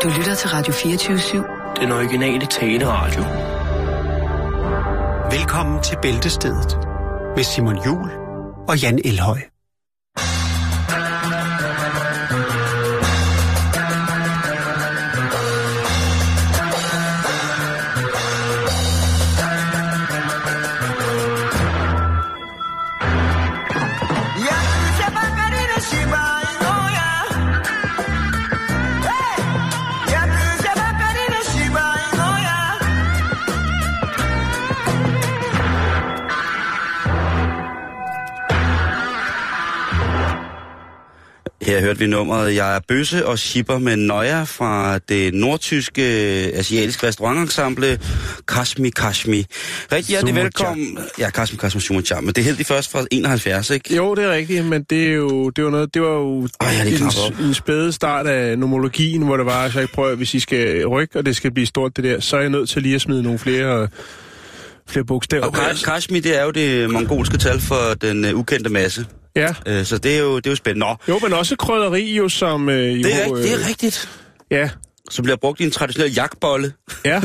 Du lytter til Radio 24/7. Den originale taleradio. Velkommen til Bæltestedet med Simon Juhl og Jan Elhøj. Her hørte vi nummeret Jeg er bøsse og shipper med Nøja fra det nordtyske asiatiske restaurantensemble Kashmi Kashmi. Rigtig hjertelig velkommen. Ja, Kashmi Kashmi Sumacham. Men det er helt først fra 71, ikke? Jo, det er rigtigt, men det var jo en spæde start af nomologien, hvor det var, så jeg prøver, hvis I skal rykke, og det skal blive stort det der, så er jeg nødt til lige at smide nogle flere bogstaver. Og Kashmi, det er jo det mongolske tal for den ukendte masse. Ja. Så det er jo spændende. Nå. Jo, men også krydderi jo, som det er rigtigt. Ja. Som bliver brugt i en traditionel jagtbolle. Ja.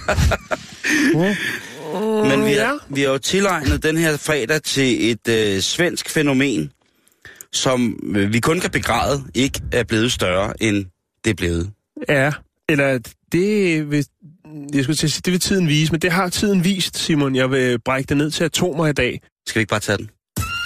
Men vi har jo tilegnet den her fredag til et svensk fænomen, som vi kun kan begræde, ikke er blevet større, end det er blevet. Ja, eller det vil, jeg skulle til at sige, det vil tiden vise, men det har tiden vist, Simon. Jeg vil brække det ned til atomer i dag. Skal vi ikke bare tage den?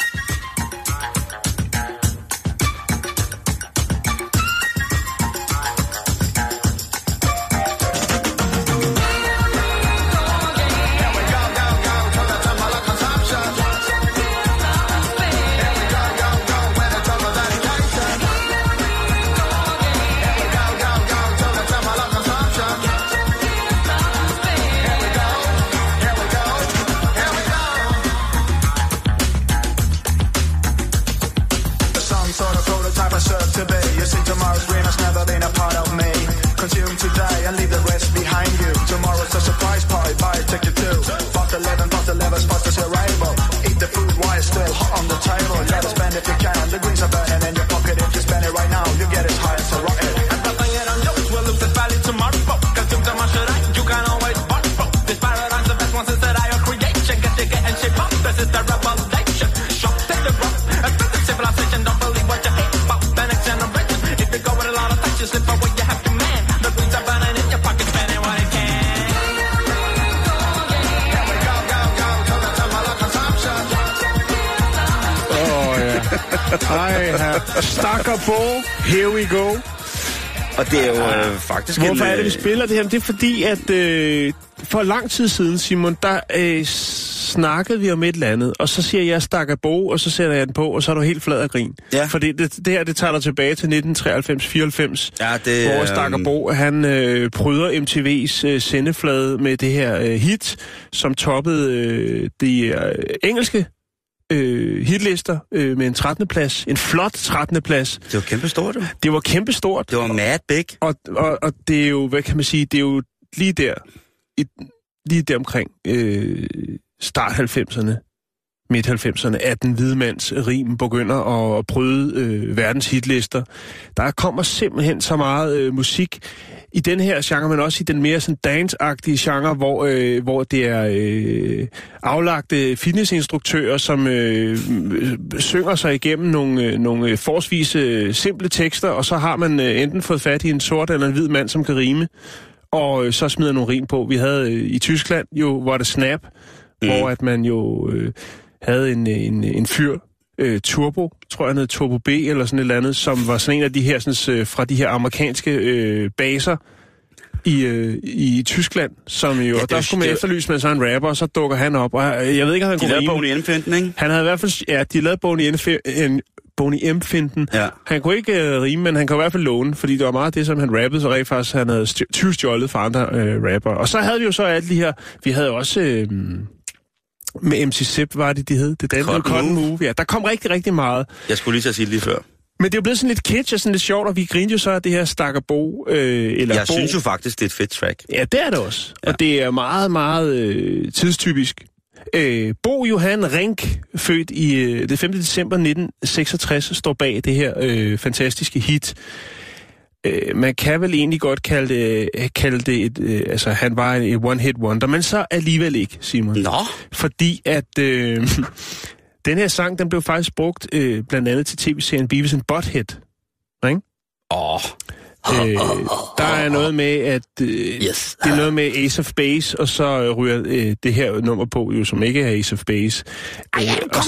Stakkerbo, here we go. Og det er jo faktisk hvorfor er det, vi spiller det her? Det er fordi, at for lang tid siden, Simon, der snakkede vi om et eller andet, og så siger jeg Stakkerbo, og så sætter jeg den på, og så er du helt flad af grin. Ja. Fordi det her, det tager dig tilbage til 1993-94, hvor Stakkerbo, han pryder MTV's sendeflade med det her hit, som toppede de engelske hitlister med en 13. plads. En flot 13. plads. Det var kæmpestort, jo. Det var kæmpestort. Det var mad big. Og det er jo, hvad kan man sige, det er jo lige der omkring start 90'erne, midt 90'erne, at den hvide mands rim begynder at bryde verdens hitlister. Der kommer simpelthen så meget musik i den her genre, men også i den mere sådan dance-agtige genre, hvor det er aflagte fitnessinstruktører, som synger sig igennem nogle forholdsvis simple tekster, og så har man enten fået fat i en sort eller en hvid mand, som kan rime, og så smider nogle rim på. Vi havde i Tyskland jo, hvor det Snap, hvor at man jo havde en fyr, Turbo, tror jeg, noget Turbo B eller sådan et eller andet, som var sådan en af de her, sådan, fra de her amerikanske baser i Tyskland, som jo, der skulle man efterlyse med sådan en rapper, og så dukker han op, og jeg ved ikke, om han kunne rime. De lavede Boney M-finten, ikke? Han havde i hvert fald, ja, de lavede Boney M-finten. Ja. Han kunne ikke rime, men han kunne i hvert fald låne, fordi det var meget det, som han rappede, så rent faktisk, han havde tyvstjålet fra andre rapper. Og så havde vi jo så alt de her, vi havde også med MC Zip, var det, de hed? Det danske Cotton Move. Ja, der kom rigtig, rigtig meget. Jeg skulle lige så sige det lige før. Men det er jo blevet sådan lidt kitsch og sådan lidt sjovt, og vi griner jo så af det her Stakkerbo. Jeg synes jo faktisk, det er et fedt track. Ja, det er det også. Ja. Og det er meget, meget tidstypisk. Bo Johan Rink, født i det 5. december 1966, står bag det her fantastiske hit. Man kan vel egentlig godt kalde det et... altså, han var en one-hit wonder, men så alligevel ikke, Simon. Nå. Fordi at... den her sang, den blev faktisk brugt blandt andet til tv-serien Beavis and Butthead. Ikke? Der er noget med, at yes. Det er noget med Ace of Base, og så ryger det her nummer på, jo, som ikke er Ace of Base. Og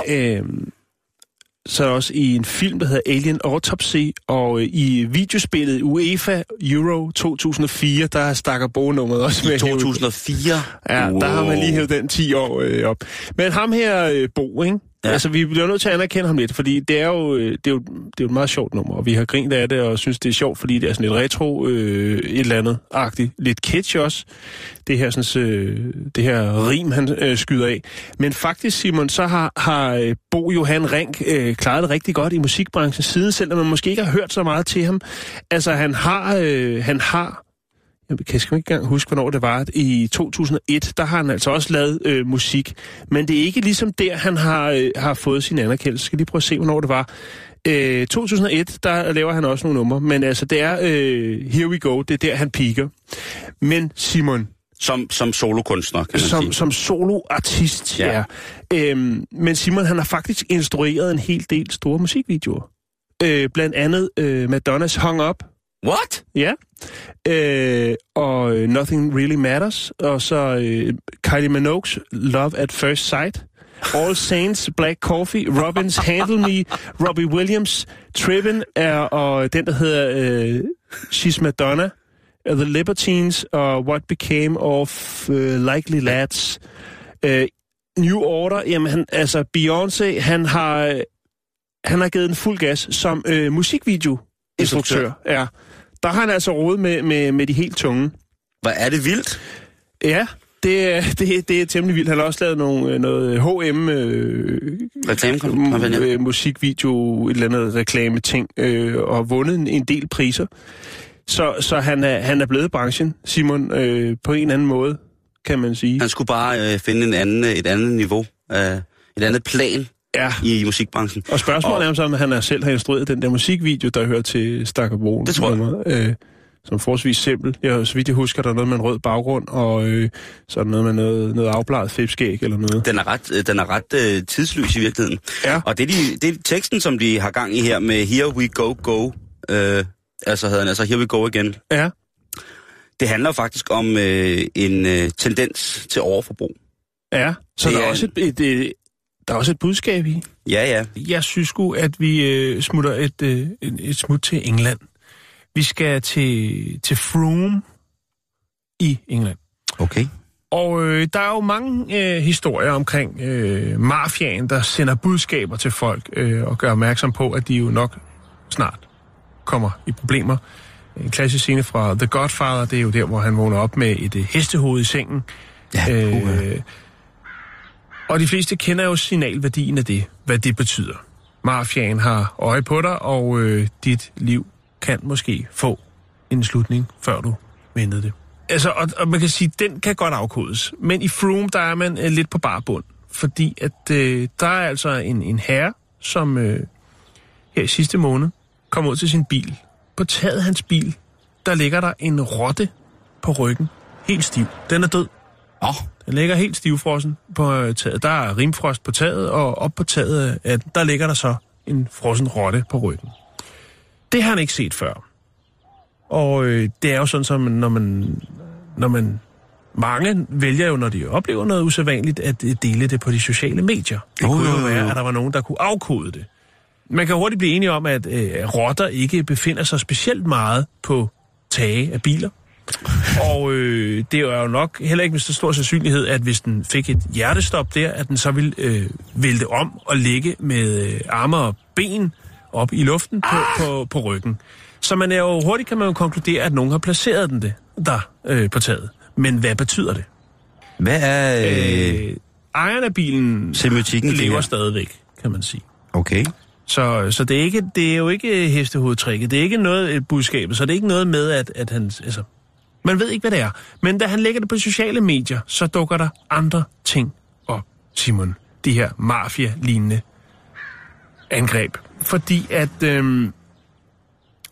så også i en film, der hedder Alien Autopsy, og i videospillet UEFA Euro 2004, der stakker Bo-nummeret også med. 2004? Ja, wow. Der har man lige hævet den 10 år op. Men ham her, Bo, ikke? Ja. Altså, vi bliver nødt til at anerkende ham lidt, fordi det er jo et meget sjovt nummer, og vi har grint af det, og synes, det er sjovt, fordi det er sådan et retro, et eller andet-agtigt. Lidt kitsch også, det her, det her rim, han skyder af. Men faktisk, Simon, så har Bo Johan Rink klaret det rigtig godt i musikbranchen siden, selvom man måske ikke har hørt så meget til ham. Altså, han har jeg kan ikke engang huske, hvornår det var. I 2001, der har han altså også lavet musik. Men det er ikke ligesom der, han har fået sin anerkendelse. Skal lige prøve at se, hvornår det var. 2001, der laver han også nogle numre. Men altså, det er Here We Go. Det er der, han peaker. Men Simon... Som solokunstner, kan man sige. Som soloartist, ja. Men Simon, han har faktisk instrueret en hel del store musikvideoer. Blandt andet Madonnas Hung Up. What? Ja. Og Nothing Really Matters. Og så Kylie Minogue's Love at First Sight. All Saints, Black Coffee, Robins Handle Me, Robbie Williams, Trippin' og den, der hedder She's Madonna, The Libertines og What Became of Likely Lads. New Order, jamen Beyoncé, han har givet en fuld gas som musikvideo-instruktør. Ja. Der har han altså rodet med de helt tunge. Hvad er det vildt? Ja, det er temmelig vildt. Han har også lavet noget H&M musikvideo, et eller andet reklame-ting, og vundet en del priser. Så han er blevet branchen, Simon, på en anden måde, kan man sige. Han skulle bare finde et andet niveau, et andet plan. Ja. I musikbranchen. Og spørgsmålet er, om han selv har instrueret den der musikvideo, der hører til Stakker Broen. Det tror jeg. Som forholdsvis simpel. Så vidt jeg husker, der er noget med en rød baggrund, og så er der noget med noget afbladet fipskæg eller noget. Den er ret tidsløs i virkeligheden. Ja. Og det er teksten, som de har gang i her med Here We Go Go. Here We Go Again. Ja. Det handler faktisk om en tendens til overforbrug. Ja, så der er også der er også et budskab i. Ja. Jeg synes sgu, at vi smutter et smut til England. Vi skal til Frome i England. Okay. Og der er jo mange historier omkring mafiaen, der sender budskaber til folk og gør opmærksom på, at de jo nok snart kommer i problemer. En klassisk scene fra The Godfather, det er jo der, hvor han vågner op med et hestehoved i sengen. Ja, og de fleste kender jo signalværdien af det, hvad det betyder. Mafiaen har øje på dig, og dit liv kan måske få en slutning, før du ventede det. Altså, og man kan sige, den kan godt afkodes. Men i Frome, der er man lidt på barbund. Fordi at der er altså en herre, som her i sidste måned kom ud til sin bil. På taget af hans bil, der ligger der en rotte på ryggen. Helt stiv. Den er død. Den ligger helt stivfrossen på taget. Der er rimfrost på taget, og op på taget af den, der ligger der så en frossen rotte på ryggen. Det har han ikke set før. Og det er jo sådan, som når man mange vælger jo, når de oplever noget usædvanligt, at dele det på de sociale medier. Det kunne jo være, at der var nogen, der kunne afkode det. Man kan hurtigt blive enige om, at rotter ikke befinder sig specielt meget på tage af biler. Og det er jo nok heller ikke med så stor sandsynlighed, at hvis den fik et hjertestop der, at den så ville vælte om og ligge med arme og ben op i luften på ryggen. Så man er jo hurtigt kan man jo konkludere, at nogen har placeret den der på taget. Men hvad betyder det? Hvad er... ejeren af bilen lever stadigvæk, kan man sige. Okay. Så det er jo ikke hestehovedtrækket. Det er ikke noget budskabet, så det er ikke noget med, at han... Altså, man ved ikke, hvad det er. Men da han lægger det på sociale medier, så dukker der andre ting op, Simon. De her mafia-lignende angreb. Fordi at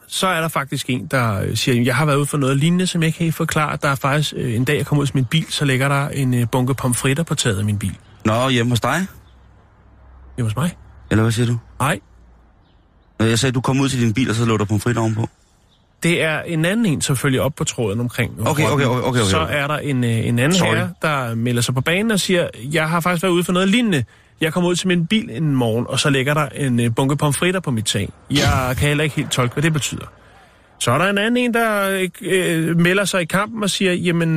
så er der faktisk en, der siger, jeg har været ude for noget lignende, som jeg ikke helt forklare. Der er faktisk en dag, jeg kommer ud til min bil, så ligger der en bunke pomfritter på taget af min bil. Nå, hjemme hos dig? Hjemme hos mig? Eller hvad siger du? Nej. Jeg sagde, du kom ud til din bil, og så lå der pomfritter ovenpå. Det er en anden en, som følger op på tråden omkring. Okay. Så er der en anden herre, der melder sig på banen og siger, jeg har faktisk været ude for noget lignende. Jeg kommer ud til min bil en morgen, og så ligger der en bunke pomfritter på mit tag. Jeg kan heller ikke helt tolke, hvad det betyder. Så er der en anden en, der melder sig i kampen og siger, jamen,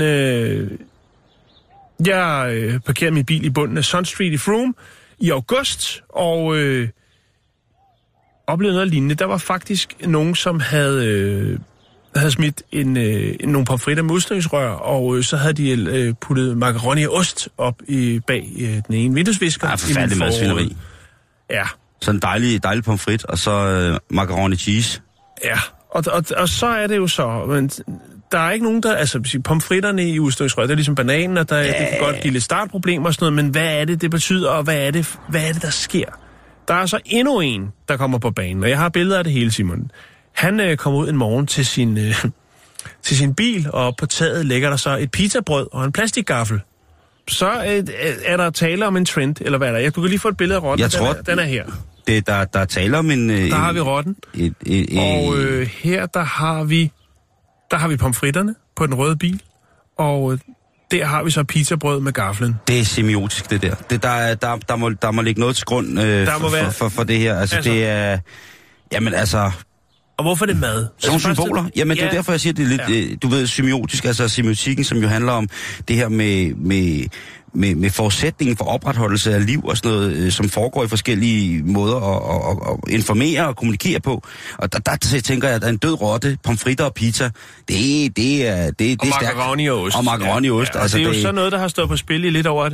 jeg parkerede min bil i bunden af Sun Street i Frome i august, og oplevede noget lignende. Der var faktisk nogen, som havde smidt nogle pomfritter med udstødningsrør, og så havde de puttet macaroni og ost op bag den ene vinduesvisker. Ja, forfærdelig madsvineri. Ja. Så en dejlig pomfrit, og så macaroni cheese. Ja, og så er det jo så, men der er ikke nogen, der, altså pomfritterne i udstødningsrør, det er ligesom bananen, og det kan godt give lidt startproblemer og sådan noget, men hvad er det betyder, og hvad er det, der sker? Der er så endnu en, der kommer på banen, og jeg har billeder af det hele, Simon. Han kommer ud en morgen til sin bil, og på taget ligger der så et pizzabrød og en plastikgaffel. Så er der tale om en trend, eller hvad er der? Jeg kunne lige få et billede af rotten. Den er her. Der taler om en... Der har vi rotten. Og her, der har vi pomfritterne på den røde bil, og der har vi så pizzabrød med gaflen. Det er semiotisk, det der. Der må ligge noget til grund for det her. Altså, det er... Jamen, altså... Og hvorfor er det mad? Sådan symboler? Jamen, det er derfor, jeg siger, det er lidt, du ved, semiotisk, altså semiotikken, som jo handler om det her med forudsætningen for opretholdelse af liv og sådan noget, som foregår i forskellige måder at informere og kommunikere på. Og der tænker jeg, at en død rotte, pomfritter og pizza, det er stærkt. Og macaroni og ost. Og macaroni og ost. Ja, altså, det er jo sådan noget, der har stået på spil i lidt over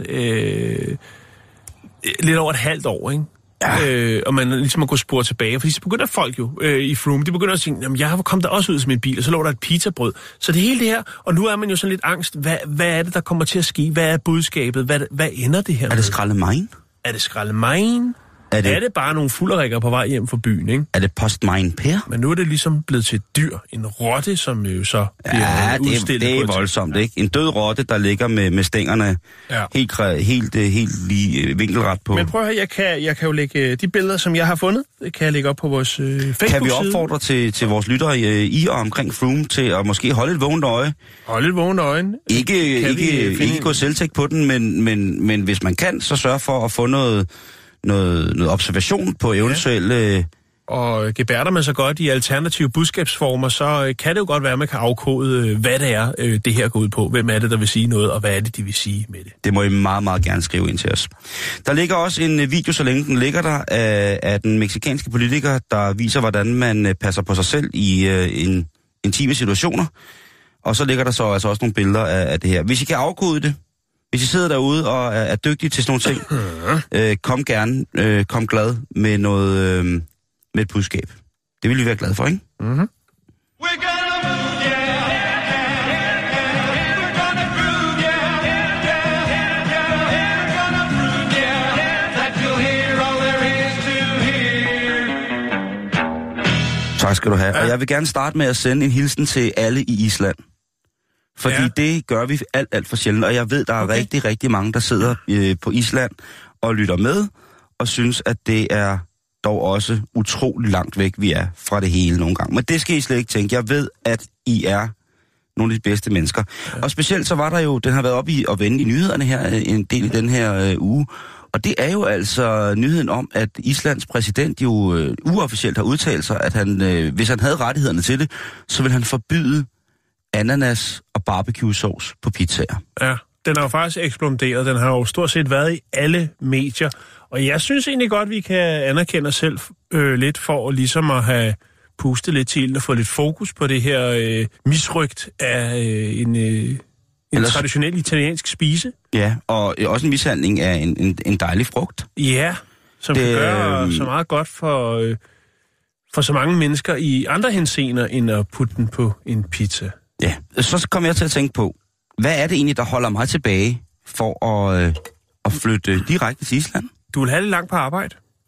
et halvt år, ikke? Ja. Og man ligesom må gå spore tilbage, fordi så begynder folk jo i Frome, de begynder at sige, jamen jeg har kommet der også ud til min bil, og så lå der et pizzabrød. Så det hele det her, og nu er man jo sådan lidt angst, hvad er det, der kommer til at ske? Hvad er budskabet? Hvad ender det her med? Er det skraldemajn? Er det skraldemajn? Er det bare nogle fulderikker på vej hjem fra byen, ikke? Er det postmajn Per? Men nu er det ligesom blevet til et dyr, en rotte, som jo så bliver udstillet. Det er voldsomt, ikke? En død rotte, der ligger med stængerne helt lige vinkelret på. Men prøv at høre, jeg kan jo lægge de billeder, som jeg har fundet, kan jeg lægge op på vores Facebook-side. Kan vi opfordre til vores lyttere i og omkring Frome til at måske holde et vågent øje? Holde et vågent øje. Ikke gå selvtægt på den, men hvis man kan, så sørg for at få noget observation på eventuelle... Og gebærder man så godt i alternative budskabsformer, så kan det jo godt være, at man kan afkode, hvad det er, det her går ud på. Hvem er det, der vil sige noget, og hvad er det, de vil sige med det? Det må I meget, meget gerne skrive ind til os. Der ligger også en video, så længe den ligger der, af den mexikanske politiker, der viser, hvordan man passer på sig selv i intime situationer. Og så ligger der så altså også nogle billeder af det her. Hvis I kan afkode det, hvis I sidder derude og er dygtige til sådan nogle ting, kom gerne, kom glad med noget, med et budskab. Det vil vi være glade for, ikke? Mm-hmm. Tak skal du have. Og jeg vil gerne starte med at sende en hilsen til alle i Island. Fordi det gør vi alt for sjældent, og jeg ved, der er rigtig, rigtig mange, der sidder på Island og lytter med, og synes, at det er dog også utrolig langt væk, vi er fra det hele nogle gange. Men det skal I slet ikke tænke. Jeg ved, at I er nogle af de bedste mennesker. Ja. Og specielt så var der jo, den har været oppe og vende i nyhederne her, en del i den her uge, og det er jo altså nyheden om, at Islands præsident jo uofficielt har udtalt sig, at han, hvis han havde rettighederne til det, så vil han forbyde ananas og barbecue-sauce på pizzaer. Ja, den har jo faktisk eksploderet. Den har jo stort set været i alle medier. Og jeg synes egentlig godt, vi kan anerkende os selv lidt for ligesom at have pustet lidt til og få lidt fokus på det her misrygt af en traditionel italiensk spise. Ja, og også en mishandling af en dejlig frugt. Ja, som kan gøre så meget godt for så mange mennesker i andre henseender, end at putte den på en pizza. Ja, så kom jeg til at tænke på, hvad er det egentlig, der holder mig tilbage for at flytte direkte til Island? Du vil have det langt på arbejde?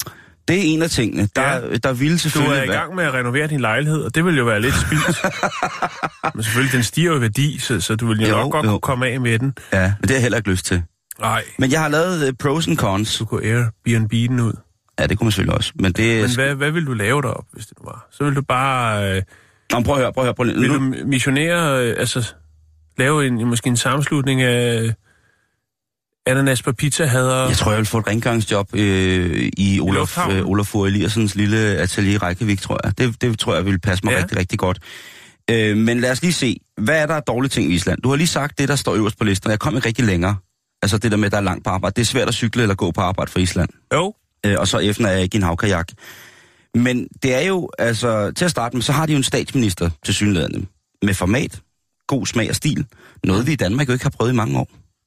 Det er en af tingene. Der ville selvfølgelig Du er i gang med at renovere din lejlighed, og det vil jo være lidt spildt. Men selvfølgelig, den stiger jo i værdi, så du vil jo nok godt kunne komme af med den. Ja, men det har jeg heller ikke lyst til. Nej. Men jeg har lavet pros and cons. Du kunne Airbnb den ud. Ja, det kunne man selvfølgelig også. Men hvad vil du lave derop, hvis det nu var? Så vil du bare... prøv at høre. Vil du missionere, lave måske en sammenslutning af ananas på pizza-hader? Jeg tror, jeg vil få et rengøringsjob i Olaf Fogh Eliassens lille atelier i Reykjavik, tror jeg. Det tror jeg vil passe mig rigtig, rigtig godt. Men lad os lige se, hvad er der dårlige ting i Island? Du har lige sagt det, der står øverst på listen, jeg kom ikke rigtig længere. Altså det der med, at der er langt på arbejde. Det er svært at cykle eller gå på arbejde for Island. Jo. Og så efter er jeg ikke i en havkajak. Men det er jo, altså, til at starte med, så har de jo en statsminister tilsyneladende med format, god smag og stil. Noget vi i Danmark jo ikke har prøvet i mange år.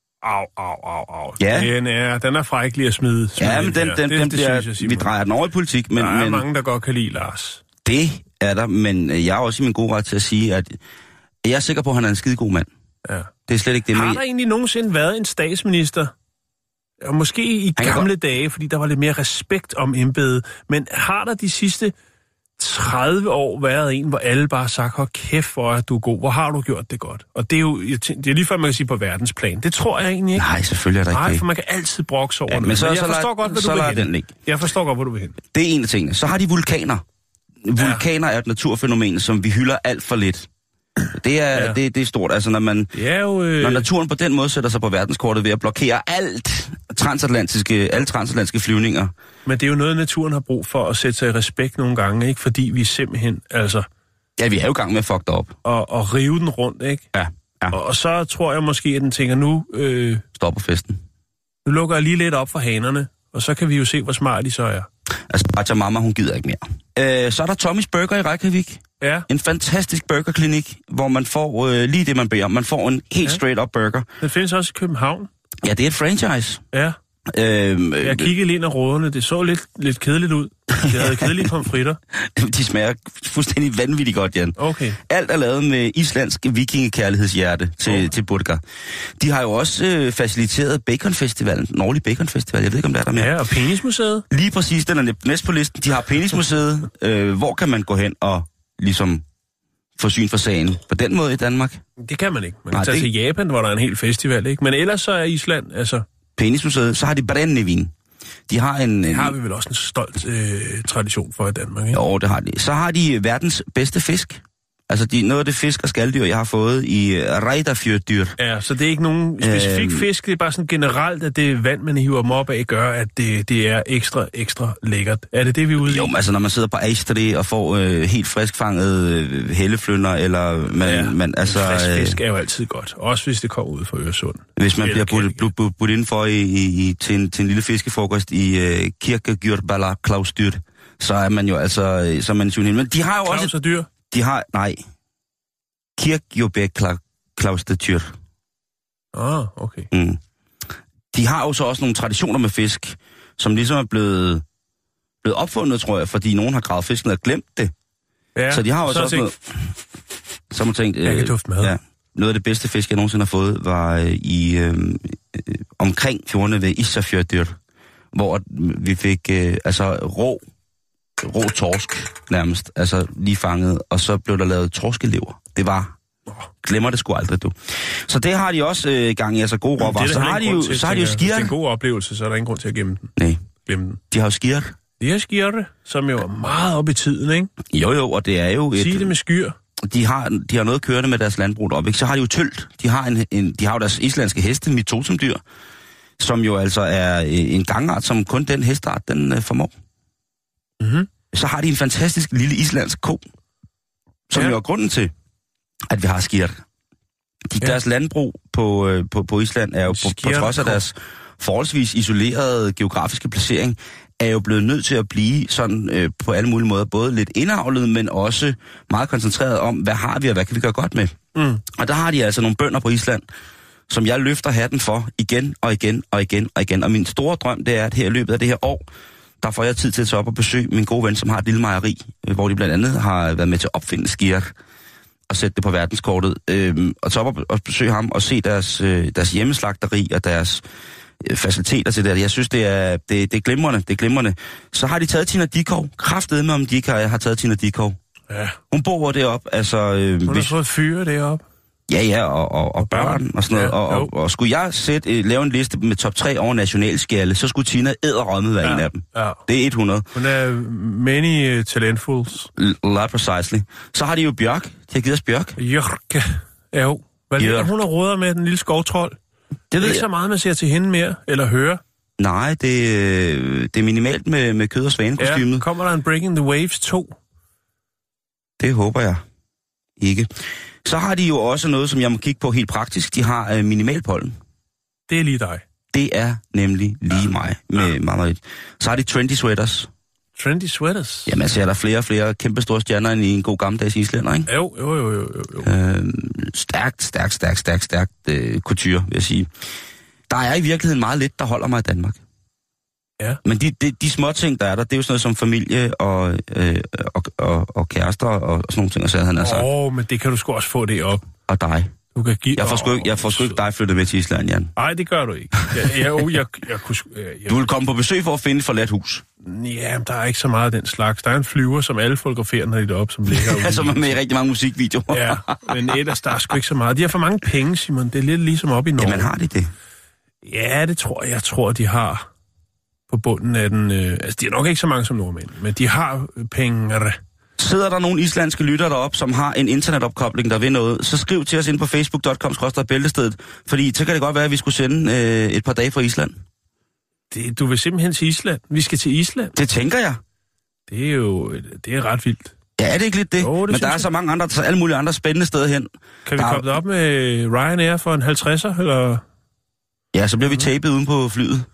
Au. Ja. Den er frækkelig at smide ja, men den bliver, synes jeg, vi drejer den over i politik. Men, der er mange, der godt kan lide Lars. Det er der, men jeg er også i min gode ret til at sige, at jeg er sikker på, at han er en skide god mand. Ja. Det er slet ikke det. Har der egentlig nogensinde været en statsminister? Og måske i gamle dage, fordi der var lidt mere respekt om embedet. Men har der de sidste 30 år været en, hvor alle bare har sagt, hold kæft, hvor er du god, hvor har du gjort det godt? Og det er jo det er lige før, man kan sige på verdensplan. Det tror jeg egentlig ikke. Nej, selvfølgelig er der ikke. Nej, for man kan altid brokse over noget. Men jeg forstår godt, hvad du vil hen. Jeg forstår godt, hvor du vil hen. Det er en af tingene. Så har de vulkaner. Vulkaner er et naturfænomen, som vi hylder alt for lidt. Det er stort. Altså, når naturen på den måde sætter sig på verdenskortet ved at blokere alle transatlantiske flyvninger. Men det er jo noget, naturen har brug for at sætte sig i respekt nogle gange, ikke? Fordi vi simpelthen, ja, vi er jo i gang med at fuck det op. Og rive den rundt, ikke? Ja. Og så tror jeg måske, at den tænker, nu... Stopper festen. Nu lukker jeg lige lidt op for hanerne, og så kan vi jo se, hvor smart de så er. Altså, Pachamama, hun gider ikke mere. Så er der Tommys Burger i Reykjavik. Ja. En fantastisk burgerklinik, hvor man får lige det, man beder om. Man får en helt straight-up burger. Den findes også i København. Ja, det er et franchise. Ja. Jeg kiggede lige ind af råderne. Det så lidt kedeligt ud. Det havde kedelige pomfritter. De smager fuldstændig vanvittigt godt, Jan. Okay. Alt er lavet med islandsk vikingekærlighedshjerte til Burger. De har jo også faciliteret Baconfestivalen, den årlige Baconfestival. Jeg ved ikke, om det er der mere. Ja, og Penismuseet. Lige præcis, den er næst på listen. De har Penismuseet. Hvor kan man gå hen og ligesom få syn for sagen på den måde i Danmark? Det kan man ikke. Man kan tage til Japan, hvor der er en hel festival, ikke? Men ellers så er Island, Penismuseet, så har de Brennevin. De har det har vi vel også en stolt tradition for i Danmark, ikke? Jo, det har de. Så har de verdens bedste fisk. Altså, noget af det fisk og skalddyr, jeg har fået i Reidafjørdyr. Ja, så det er ikke nogen specifik fisk, det er bare sådan generelt, at det vand, man hiver dem op af, gør, at det er ekstra lækkert. Er det vi er ude i? Jo, men altså, når man sidder på Astrid og får helt friskfanget helleflynder, eller man frisk fisk er jo altid godt, også hvis det kommer ud fra Øresund. Hvis man bliver budt indenfor til en lille fiskefrokost i Kirkegjørbala Klausdyr, så er man jo men de har jo også... Klaus og dyr? De har, Kirkjubæk Klaustetyr. Okay. Mm. De har jo så også nogle traditioner med fisk, som ligesom er blevet opfundet, tror jeg, fordi nogen har gravet fisken og glemt det. Ja, så de har også noget... Så man tænkt, noget af det bedste fisk, jeg nogensinde har fået, var omkring fjordene ved Ísafjörður, hvor vi fik rå torsk nærmest, lige fanget, og så blev der lavet torskelever. Det var... Glemmer det sgu aldrig, du. Så det har de også gang i, gode råvarer. Så har de jo skirt. Hvis det er en god oplevelse, så er der ingen grund til at gemme den. Nej. Glemme den. De har jo skirt. De har skirte, som jo er meget op i tiden, ikke? Jo, og det er jo Sige det med skyr. De har noget kørende med deres landbrug deroppe, ikke? Så har de jo tølt. De har jo deres islandske heste, mitotemdyr, som jo er en gangart, som kun den hestart, den formår. Mhm. Så har de en fantastisk lille islandsk ko, som jo er grunden til, at vi har skirt. Deres landbrug på Island er jo på trods af deres forholdsvis isolerede geografiske placering, er jo blevet nødt til at blive sådan på alle mulige måder, både lidt indavlet, men også meget koncentreret om, hvad har vi og hvad kan vi gøre godt med. Mm. Og der har de altså nogle bønder på Island, som jeg løfter hatten for igen og igen og igen og igen. Og min store drøm, det er, at her i løbet af det her år, der får jeg tid til at tage op og besøge min gode ven, som har et lille mejeri, hvor de blandt andet har været med til at opfinde skirt og sætte det på verdenskortet. Og tage op og besøge ham og se deres hjemmeslagteri og deres faciliteter til det. Jeg synes, det er glimrende. Det er glimrende. Så har de taget Tina Dickow. Kraftedeme om de ikke har taget Tina Dickow. Ja. Hun bor deroppe, altså... Hun har fået fyre deroppe. Ja, og børn og sådan noget. Ja, og skulle jeg lave en liste med top 3 over nationalskjalle, så skulle Tina edderrømme være en af dem. Ja. Det er 100. Hun er many talentfuls. Lot precisely. Så har de jo Bjørk. De har givet os Bjørk. Jørke. Jo. Hvad ligger hun og råder med, den lille skovtrold? Det ved ikke så meget, man ser til hende mere, eller hører. Nej, det er minimalt med kød og svanekostymet. Ja, kommer der en Breaking the Waves 2? Det håber jeg ikke. Så har de jo også noget, som jeg må kigge på helt praktisk. De har minimalpollen. Det er lige dig. Det er nemlig lige mig med meget. Så har de trendy sweaters. Trendy sweaters? Jamen, altså, er der flere og flere kæmpe store stjerner end i en god gammeldags islænder, ikke? Jo. Stærkt couture, vil jeg sige. Der er i virkeligheden meget lidt, der holder mig i Danmark. Ja. Men de små ting, der er der, det er jo sådan noget som familie og kærester og sådan nogle ting, så han har sagt. Men det kan du sgu også få det op. Og dig. Du kan give... Jeg får sgu ikke dig flyttet med til Island, Jan. Nej, det gør du ikke. Jeg kunne... Du vil komme på besøg for at finde et forladt hus. Ja, der er ikke så meget af den slags. Der er en flyver, som alle fotograferer, når de er deroppe, som ligger ude. Som er med i rigtig mange musikvideoer. Ja, men ellers der er sgu ikke så meget. De har for mange penge, Simon. Det er lidt ligesom op i Norge. Jamen har de det? Ja, det tror jeg. Jeg tror, de har på bunden af den... altså, de er nok ikke så mange som nordmænd, men de har penge. Sidder der nogle islandske lyttere deroppe, som har en internetopkobling, der vil noget, så skriv til os ind på facebook.com/bæltestedet, fordi så kan det godt være, at vi skulle sende et par dage fra Island. Du vil simpelthen til Island? Vi skal til Island? Det tænker jeg. Det er ret vildt. Ja, er det ikke lidt det? Jo, men der er så mange andre, så alle mulige andre spændende steder hen. Kan vi komme op med Ryanair for en 50'er, eller? Ja, så bliver vi tapet uden på flyet.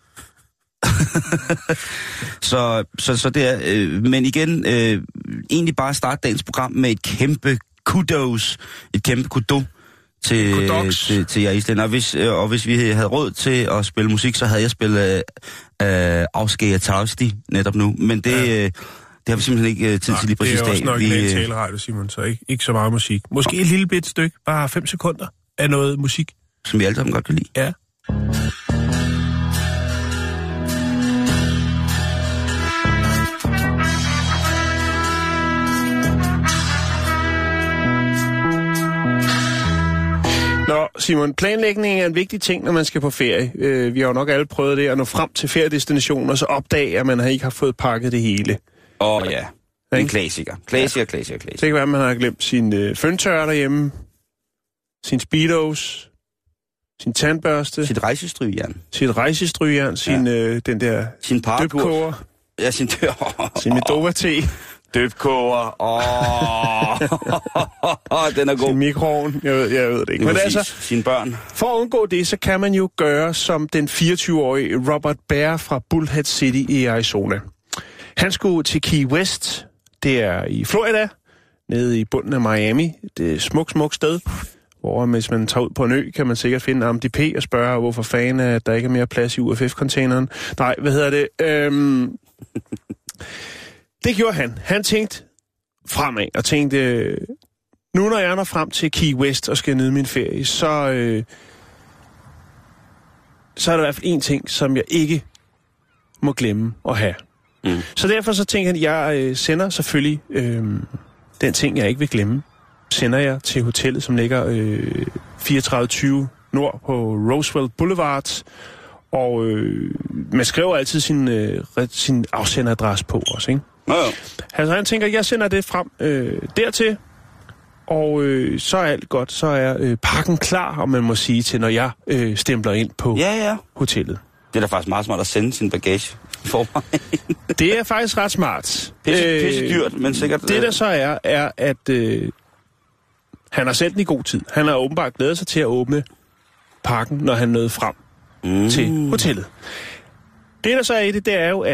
så det er, men igen, egentlig bare starte dagens program med et kæmpe kudos, til jer islænder. Og hvis vi havde råd til at spille musik, så havde jeg spillet Afskære Tausti netop nu. Men det har vi simpelthen ikke tid til lige præcis dag. Det er også nok en taleradio, Simon, så ikke så meget musik. Måske et lille bit stykke, bare 5 sekunder af noget musik. Som vi alle sammen godt kan lide. Ja. Nå, Simon, planlægning er en vigtig ting, når man skal på ferie. Vi har jo nok alle prøvet det at nå frem til feriedestinationen, og så opdage, at man ikke har fået pakket det hele. Ja. En klassiker. Klassiker. Det kan være, at man har glemt sin føntørrer derhjemme, sin Speedos, sin tandbørste. Sit rejsestrygjern. Den der sin døbkoger. Ja, sin Medova-te. Døbkoger. Den er god. Sin mikroovn. Jeg ved det ikke. Men altså, sine børn. For at undgå det, så kan man jo gøre som den 24-årige Robert Bear fra Bullhead City i Arizona. Han skulle til Key West. Det er i Florida, nede i bunden af Miami. Det er et smukt sted, hvor hvis man tager ud på en ø, kan man sikkert finde AMDP og spørge, hvorfor fanden at der ikke er mere plads i UFF-containeren. Nej, hvad hedder det? Det gjorde han. Han tænkte fremad og tænkte, nu når jeg når frem til Key West og skal nyde min ferie, så er der i hvert fald en ting, som jeg ikke må glemme at have. Mm. Så derfor så tænker han, jeg sender selvfølgelig den ting, jeg ikke vil glemme, sender jeg til hotellet, som ligger 3420 nord på Roosevelt Boulevard. Og man skriver altid sin afsenderadresse på os, ikke? Altså han tænker, jeg sender det frem dertil, og så er alt godt. Så er pakken klar, om man må sige til, når jeg stempler ind på hotellet. Det er da faktisk meget smart at sende sin bagage for mig. Det er faktisk ret smart. Pisse dyrt, men sikkert... Det der så er at han har sendt den i god tid. Han har åbenbart glædet sig til at åbne pakken, når han nåede frem til hotellet. Det der så er i det er jo,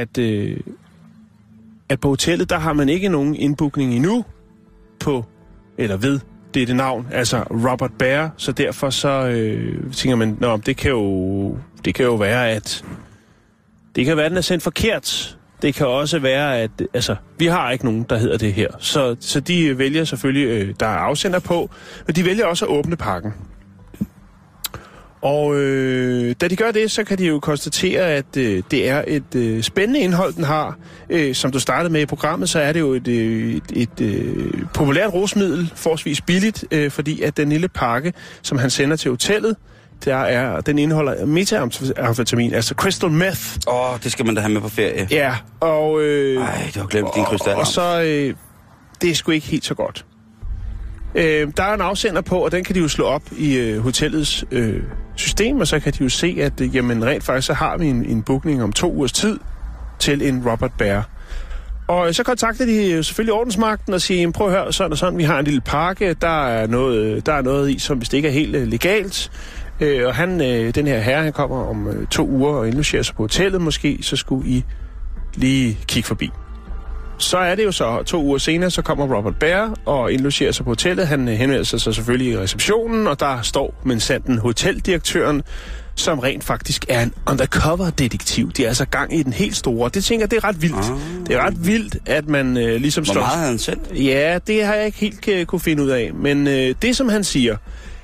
at på hotellet, der har man ikke nogen indbookning endnu på, eller ved det navn, altså Robert Bear, så derfor så tænker man, nå, det kan jo være, at det kan være, at den er sendt forkert. Det kan også være, at altså, vi har ikke nogen, der hedder det her. Så de vælger selvfølgelig, der er afsender på, men de vælger også at åbne pakken. Og da de gør det, så kan de jo konstatere, at det er et spændende indhold, den har. Som du startede med i programmet, så er det jo et populært rusmiddel, forholdsvis billigt, fordi at den lille pakke, som han sender til hotellet, den indeholder metamfetamin, altså crystal meth. Det skal man da have med på ferie. Ja, og... det har glemt din krystal. Og så... det er sgu ikke helt så godt. Der er en afsender på, og den kan de jo slå op i hotellets system, og så kan de jo se, at jamen, rent faktisk så har vi en bookning om 2 ugers tid til en Robert Bear. Og så kontakter de jo selvfølgelig ordensmagten og siger, prøv at høre, sådan og sådan, vi har en lille pakke, der er noget i, som hvis det ikke er helt legalt. Og den her herre, han kommer om 2 uger og indlogerer sig på hotellet måske, så skulle I lige kigge forbi. Så er det jo så 2 uger senere, så kommer Robert Bear og indlogerer sig på hotellet. Han henvender sig så selvfølgelig i receptionen, og der står minsandten hoteldirektøren, som rent faktisk er en undercover-detektiv. De er altså gang i den helt store. Det tænker jeg, det er ret vildt. Det er ret vildt, at man ligesom står... Hvor meget havde han sendt? Ja, det har jeg ikke helt kunne finde ud af. Men det, som han siger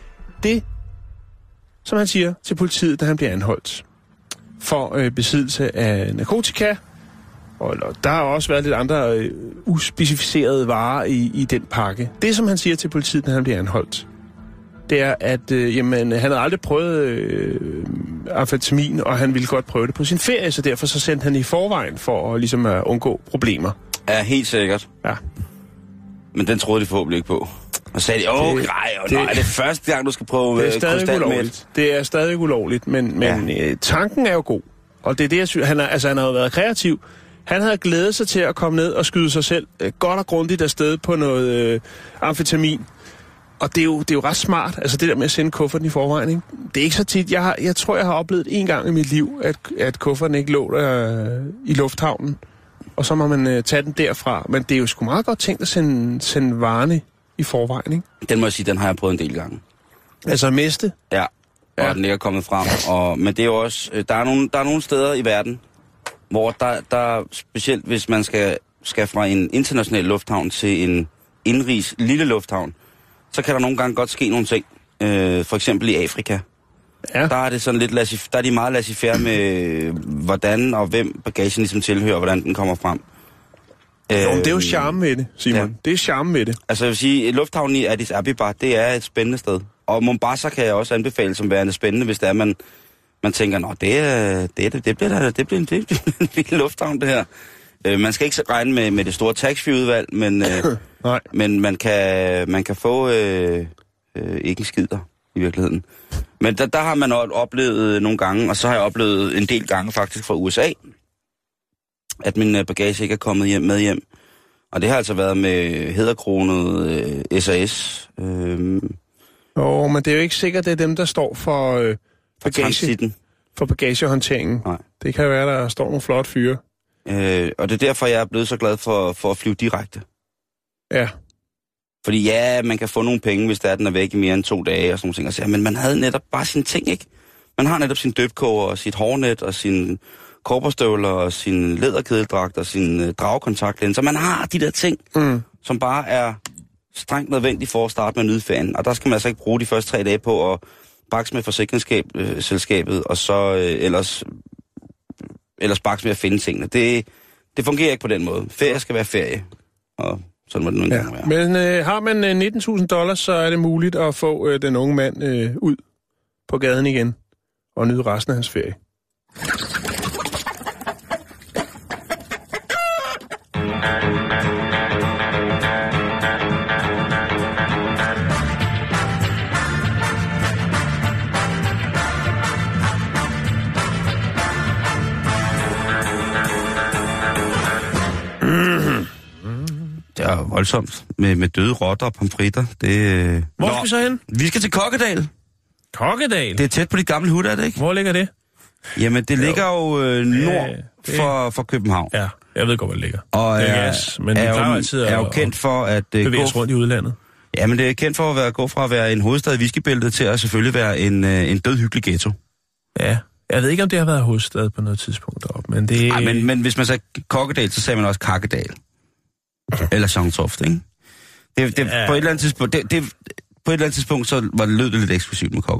til politiet, da han bliver anholdt for besiddelse af narkotika, og der har også været lidt andre uspecificerede varer i den pakke. Det, som han siger til politiet, når han bliver anholdt, det er, at han havde aldrig prøvet amfetamin, og han ville godt prøve det på sin ferie, så derfor så sendte han i forvejen for at, ligesom, at undgå problemer. Ja, helt sikkert. Ja. Men den troede de forhåbentlig ikke på. Og sagde de, er det første gang, du skal prøve krystalmælk? Det er stadig ulovligt, men tanken er jo god. Og det er det, jeg synes, han har jo været kreativ. Han havde glædet sig til at komme ned og skyde sig selv godt og grundigt afsted på noget amfetamin. Og det er jo ret smart, altså det der med at sende kufferten i forvejen, ikke? Det er ikke så tit. Jeg tror, jeg har oplevet en gang i mit liv, at kufferten ikke lå der i lufthavnen. Og så må man tage den derfra. Men det er jo sgu meget godt tænkt at sende varerne i forvejen, ikke? Den må jeg sige, den har jeg prøvet en del gange. Altså miste? Ja, og den ikke er kommet frem. Men det er jo også, der er nogle steder i verden, hvor der specielt hvis man skal fra en international lufthavn til en indrigs lille lufthavn, så kan der nogle gange godt ske nogle ting. For eksempel i Afrika. Ja. Der er det sådan lidt der er de meget laissez-faire med hvordan og hvem bagagen ligesom tilhører, og hvordan den kommer frem. Det er jo charme ved det, Simon. Ja. Det er charme ved det. Altså jeg vil sige, lufthavnen i Addis Abeba, det er et spændende sted. Og Mombasa kan jeg også anbefale som værende spændende, hvis det er, man tænker, det bliver en vild lufthavn, det her. Man skal ikke regne med det store taxfree-udvalg, men man kan få ikke en skider i virkeligheden. Men der har man oplevet nogle gange, og så har jeg oplevet en del gange faktisk fra USA, at min bagage ikke er kommet med hjem. Og det har altså været med hæderkronet SAS. Men det er jo ikke sikkert, det er dem, der står for bagagehåndteringen. Nej. Det kan være, der står nogle flotte fyre. Og det er derfor, jeg er blevet så glad for at flyve direkte. Ja. Fordi ja, man kan få nogle penge, hvis den er væk i mere end 2 dage og sådan nogle ting. Men man havde netop bare sine ting, ikke? Man har netop sin døbkoger og sit hårnet og sin korporstøvler og sin læderkedeldragt og sin dragkontaktlinser. Så man har de der ting, som bare er strengt nødvendige for at starte med at nyde ferien. Og der skal man altså ikke bruge de første 3 dage på at bakse med forsikringsselskabet, og så ellers bakse med at finde tingene. Det fungerer ikke på den måde. Ferie skal være ferie, og sådan må det nu engang være. Men har man $19,000, så er det muligt at få den unge mand ud på gaden igen og nyde resten af hans ferie. Det er voldsomt med døde rotter og pomfritter. Hvor skal vi så hen? Vi skal til Kokkedal. Kokkedal? Det er tæt på dit gamle hud, er det ikke? Hvor ligger det? Jamen, det ligger jo nord for København. Ja, jeg ved godt, hvor det ligger. Og men det er jo kendt for at bevæge sig rundt i udlandet. Ja, men det er kendt for at gå fra at være en hovedstad i whiskybæltet til at selvfølgelig være en død hyggelig ghetto. Ja. Jeg ved ikke, om det har været hovedstad på noget tidspunkt deroppe, men det... Nej, men hvis man sagde Kokkedal, så sagde man også Kakkedal. Eller Sangtoft, ikke? Ja. På et eller andet tidspunkt, så lød det lidt eksklusivt med Kokkedal.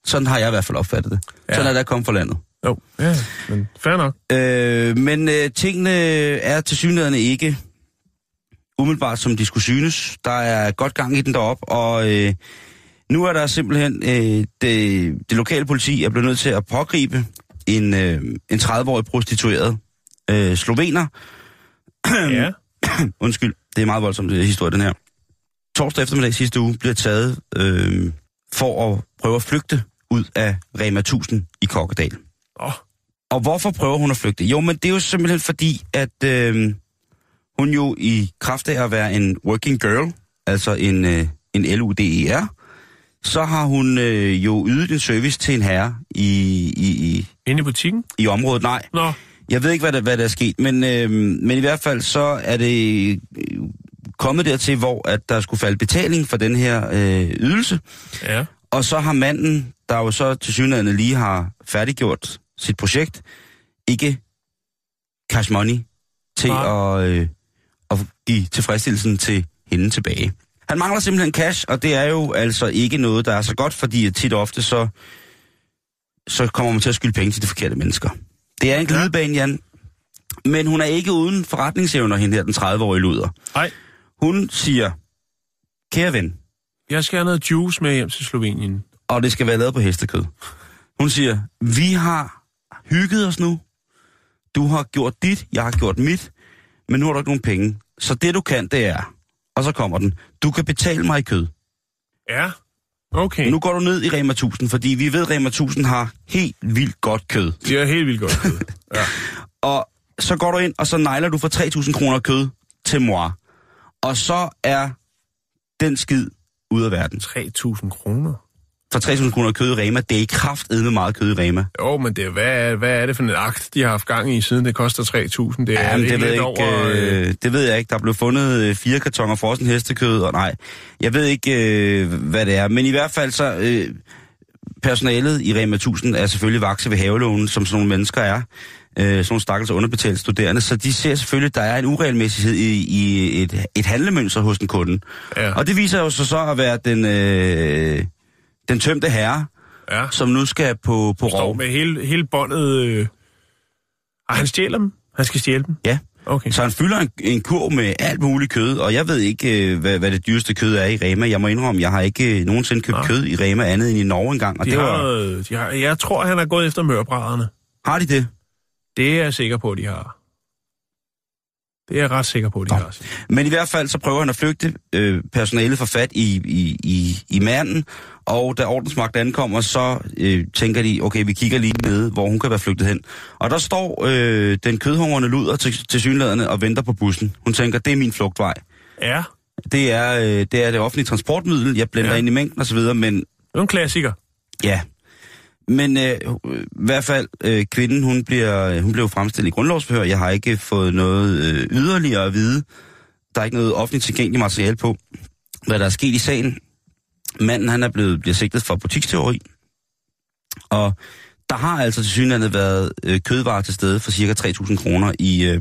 Sådan har jeg i hvert fald opfattet det. Ja. Sådan er det kommet fra landet. Jo, ja, men fair nok. Men tingene er tilsyneladende ikke umiddelbart, som de skulle synes. Der er godt gang i den deroppe, og nu er der simpelthen det lokale politi er blevet nødt til at pågribe en 30-årig prostitueret slovener. Ja. Undskyld, det er meget voldsomt, det historie, den her. Torsdag eftermiddag sidste uge bliver taget for at prøve at flygte ud af Rema 1000 i Kokkedal. Og hvorfor prøver hun at flygte? Jo, men det er jo simpelthen fordi, at hun jo i kraft af at være en working girl, altså en LUDER, så har hun jo ydet en service til en herre inde i butikken? I området, nej. Nå. Jeg ved ikke, hvad der er sket, men i hvert fald så er det kommet dertil, hvor at der skulle falde betaling for den her ydelse. Ja. Og så har manden, der jo så tilsyneladende lige har færdiggjort sit projekt, ikke cash money til at give tilfredsstillelsen til hende tilbage. Han mangler simpelthen cash, og det er jo altså ikke noget, der er så godt, fordi tit og ofte så kommer man til at skylde penge til de forkerte mennesker. Det er en glidebane, Jan. Men hun er ikke uden forretningsevner, hende her, den 30-årige luder. Nej. Hun siger, kære ven. Jeg skal have noget juice med hjem til Slovenien. Og det skal være lavet på hestekød. Hun siger, vi har hygget os nu. Du har gjort dit, jeg har gjort mit. Men nu har du ikke nogen penge. Så det du kan, det er... Og så kommer den. Du kan betale mig i kød. Ja, okay. Nu går du ned i Rema 1000, fordi vi ved, at Rema 1000 har helt vildt godt kød. Det er helt vildt godt kød, ja. Og så går du ind, og så nejler du for 3.000 kroner kød til mor. Og så er den skid ude af verden. 3.000 kroner? For 3.000 kroner kød i Rema, det er i kraftedme meget kød i Rema. Jo, men det, hvad er det for en akt, de har haft gang i, siden det koster 3.000? Det er jamen, ikke det ved lidt over... det ved jeg ikke. Der blev fundet 4 kartoner frossen hestekød, og nej, jeg ved ikke, hvad det er. Men i hvert fald så, personalet i Rema 1000 er selvfølgelig vakse ved havelånen, som sådan nogle mennesker er. Sådan nogle stakkels underbetalte studerende, så de ser selvfølgelig, at der er en uregelmæssighed i et handlemønster hos den kunde. Ja. Og det viser jo så at være den tømte herre, ja, som nu skal på rov. Med hele båndet... han stjæler dem? Han skal stjæle dem? Ja. Okay. Så han fylder en kurv med alt muligt kød, og jeg ved ikke, hvad det dyreste kød er i Rema. Jeg må indrømme, jeg har ikke nogensinde købt kød i Rema andet end i Norge engang. Og jeg tror, han har gået efter mørbrædderne. Har de det? Det er jeg sikker på, de har. Det er jeg ret sikker på, de har. Men i hvert fald så prøver han at flygte. Personalet får fat i manden, og da ordensmagten ankommer, så tænker de, okay, vi kigger lige ned, hvor hun kan være flygtet hen. Og der står den kødhungrende luder til synlæderne og venter på bussen. Hun tænker, det er min flugtvej. Ja. Det er det offentlige transportmiddel, jeg blender ind i mængden og så videre, men... Det er en klassiker. Ja. Men i hvert fald, kvinden, hun blev fremstillet i grundlovsforhør. Jeg har ikke fået noget yderligere at vide. Der er ikke noget offentligt tilgængeligt materiale på, hvad der er sket i sagen. Manden, han bliver sigtet for butiksteori. Og der har altså til synligheden været kødvarer til stede for cirka 3.000 kroner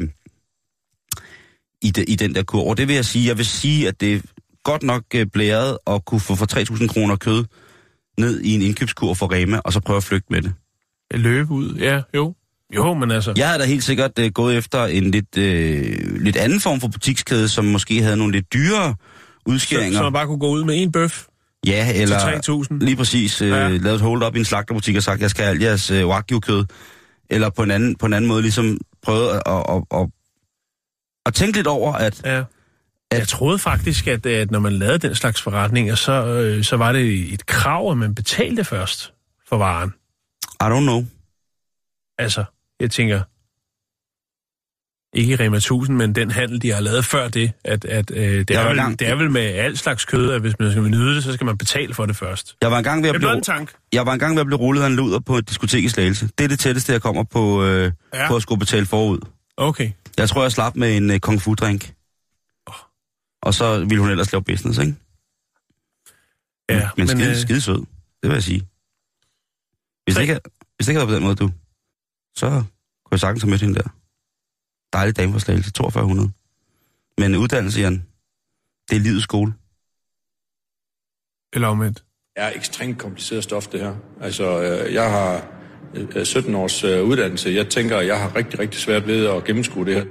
i den der kurv. Og det vil jeg vil sige, at det er godt nok blæret at kunne få for 3.000 kroner kød ned i en indkøbskurv for Rema, og så prøve at flygte med det. Løbe ud, ja, jo. Jo, men altså... Jeg havde da helt sikkert gået efter en lidt anden form for butikskæde, som måske havde nogle lidt dyrere udskæringer. Så man bare kunne gå ud med en bøf? Ja, eller... Til 3.000? Lige præcis. Lavet et hold-up i en slagterbutik og sagt, jeg skal have alt jeres wagyu-kød. Eller på en anden måde ligesom prøve at tænke lidt over, at... Ja. Jeg troede faktisk, at når man lavede den slags forretninger, så var det et krav, at man betalte først for varen. I don't know. Altså, jeg tænker, ikke Rema 1000, men den handel, de har lavet før det, at det er vel med alt slags kød, at hvis man skal nyde det, så skal man betale for det først. Jeg var engang ved at blive rullet af en luder på et diskotek i Slagelse. Det er det tætteste, jeg kommer på at skulle betale forud. Okay. Jeg tror, jeg slap med en kung fu-drink. Og så ville hun ellers lave business, ikke? Ja, men skide sød, det vil jeg sige. Hvis det ikke havde været på den måde, du, så kunne jeg sagtens have mødt hende der. Dejlig dame for Slagelse, 4200. Men uddannelse, Jan, det er livets skole. Eller omvendt. er ekstremt kompliceret stof, det her. Altså, jeg har 17 års uddannelse. Jeg tænker, at jeg har rigtig, rigtig svært ved at gennemskue det her.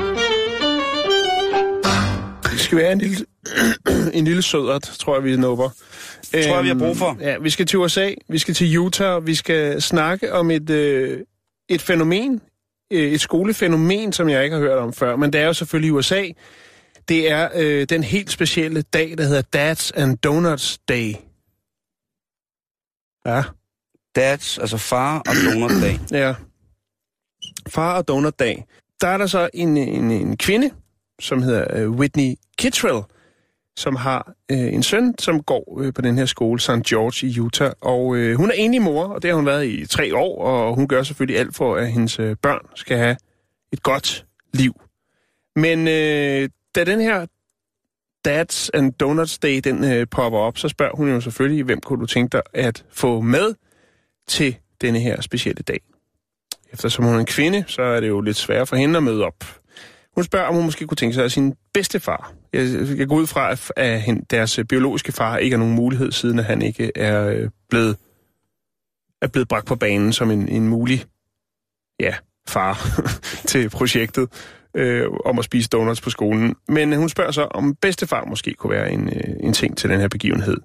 Det skal være en lille sødret, tror jeg, vi nupper. Tror jeg, vi har brug for. Ja, vi skal til USA, vi skal til Utah, vi skal snakke om et fænomen, et skolefænomen, som jeg ikke har hørt om før, men det er jo selvfølgelig USA. Det er den helt specielle dag, der hedder Dads and Donuts Day. Ja. Dads, altså far og donut dag. Ja. Far og donut dag. Der er der så en kvinde, som hedder Whitney Kittrell, som har en søn, som går på den her skole, St. George i Utah. Og hun er enlig mor, og det har hun været i 3 år, og hun gør selvfølgelig alt for, at hendes børn skal have et godt liv. Men da den her Dads and Donuts Day, den popper op, så spørger hun jo selvfølgelig, hvem kunne du tænke dig at få med til denne her specielle dag. Eftersom hun er en kvinde, så er det jo lidt svært for hende at møde op. Hun spørger, om hun måske kunne tænke sig af sin bedstefar. Jeg går ud fra, at deres biologiske far ikke har nogen mulighed, siden at han ikke er blevet bragt på banen som en mulig far til projektet om at spise donuts på skolen. Men hun spørger så, om bedstefar måske kunne være en ting til den her begivenhed.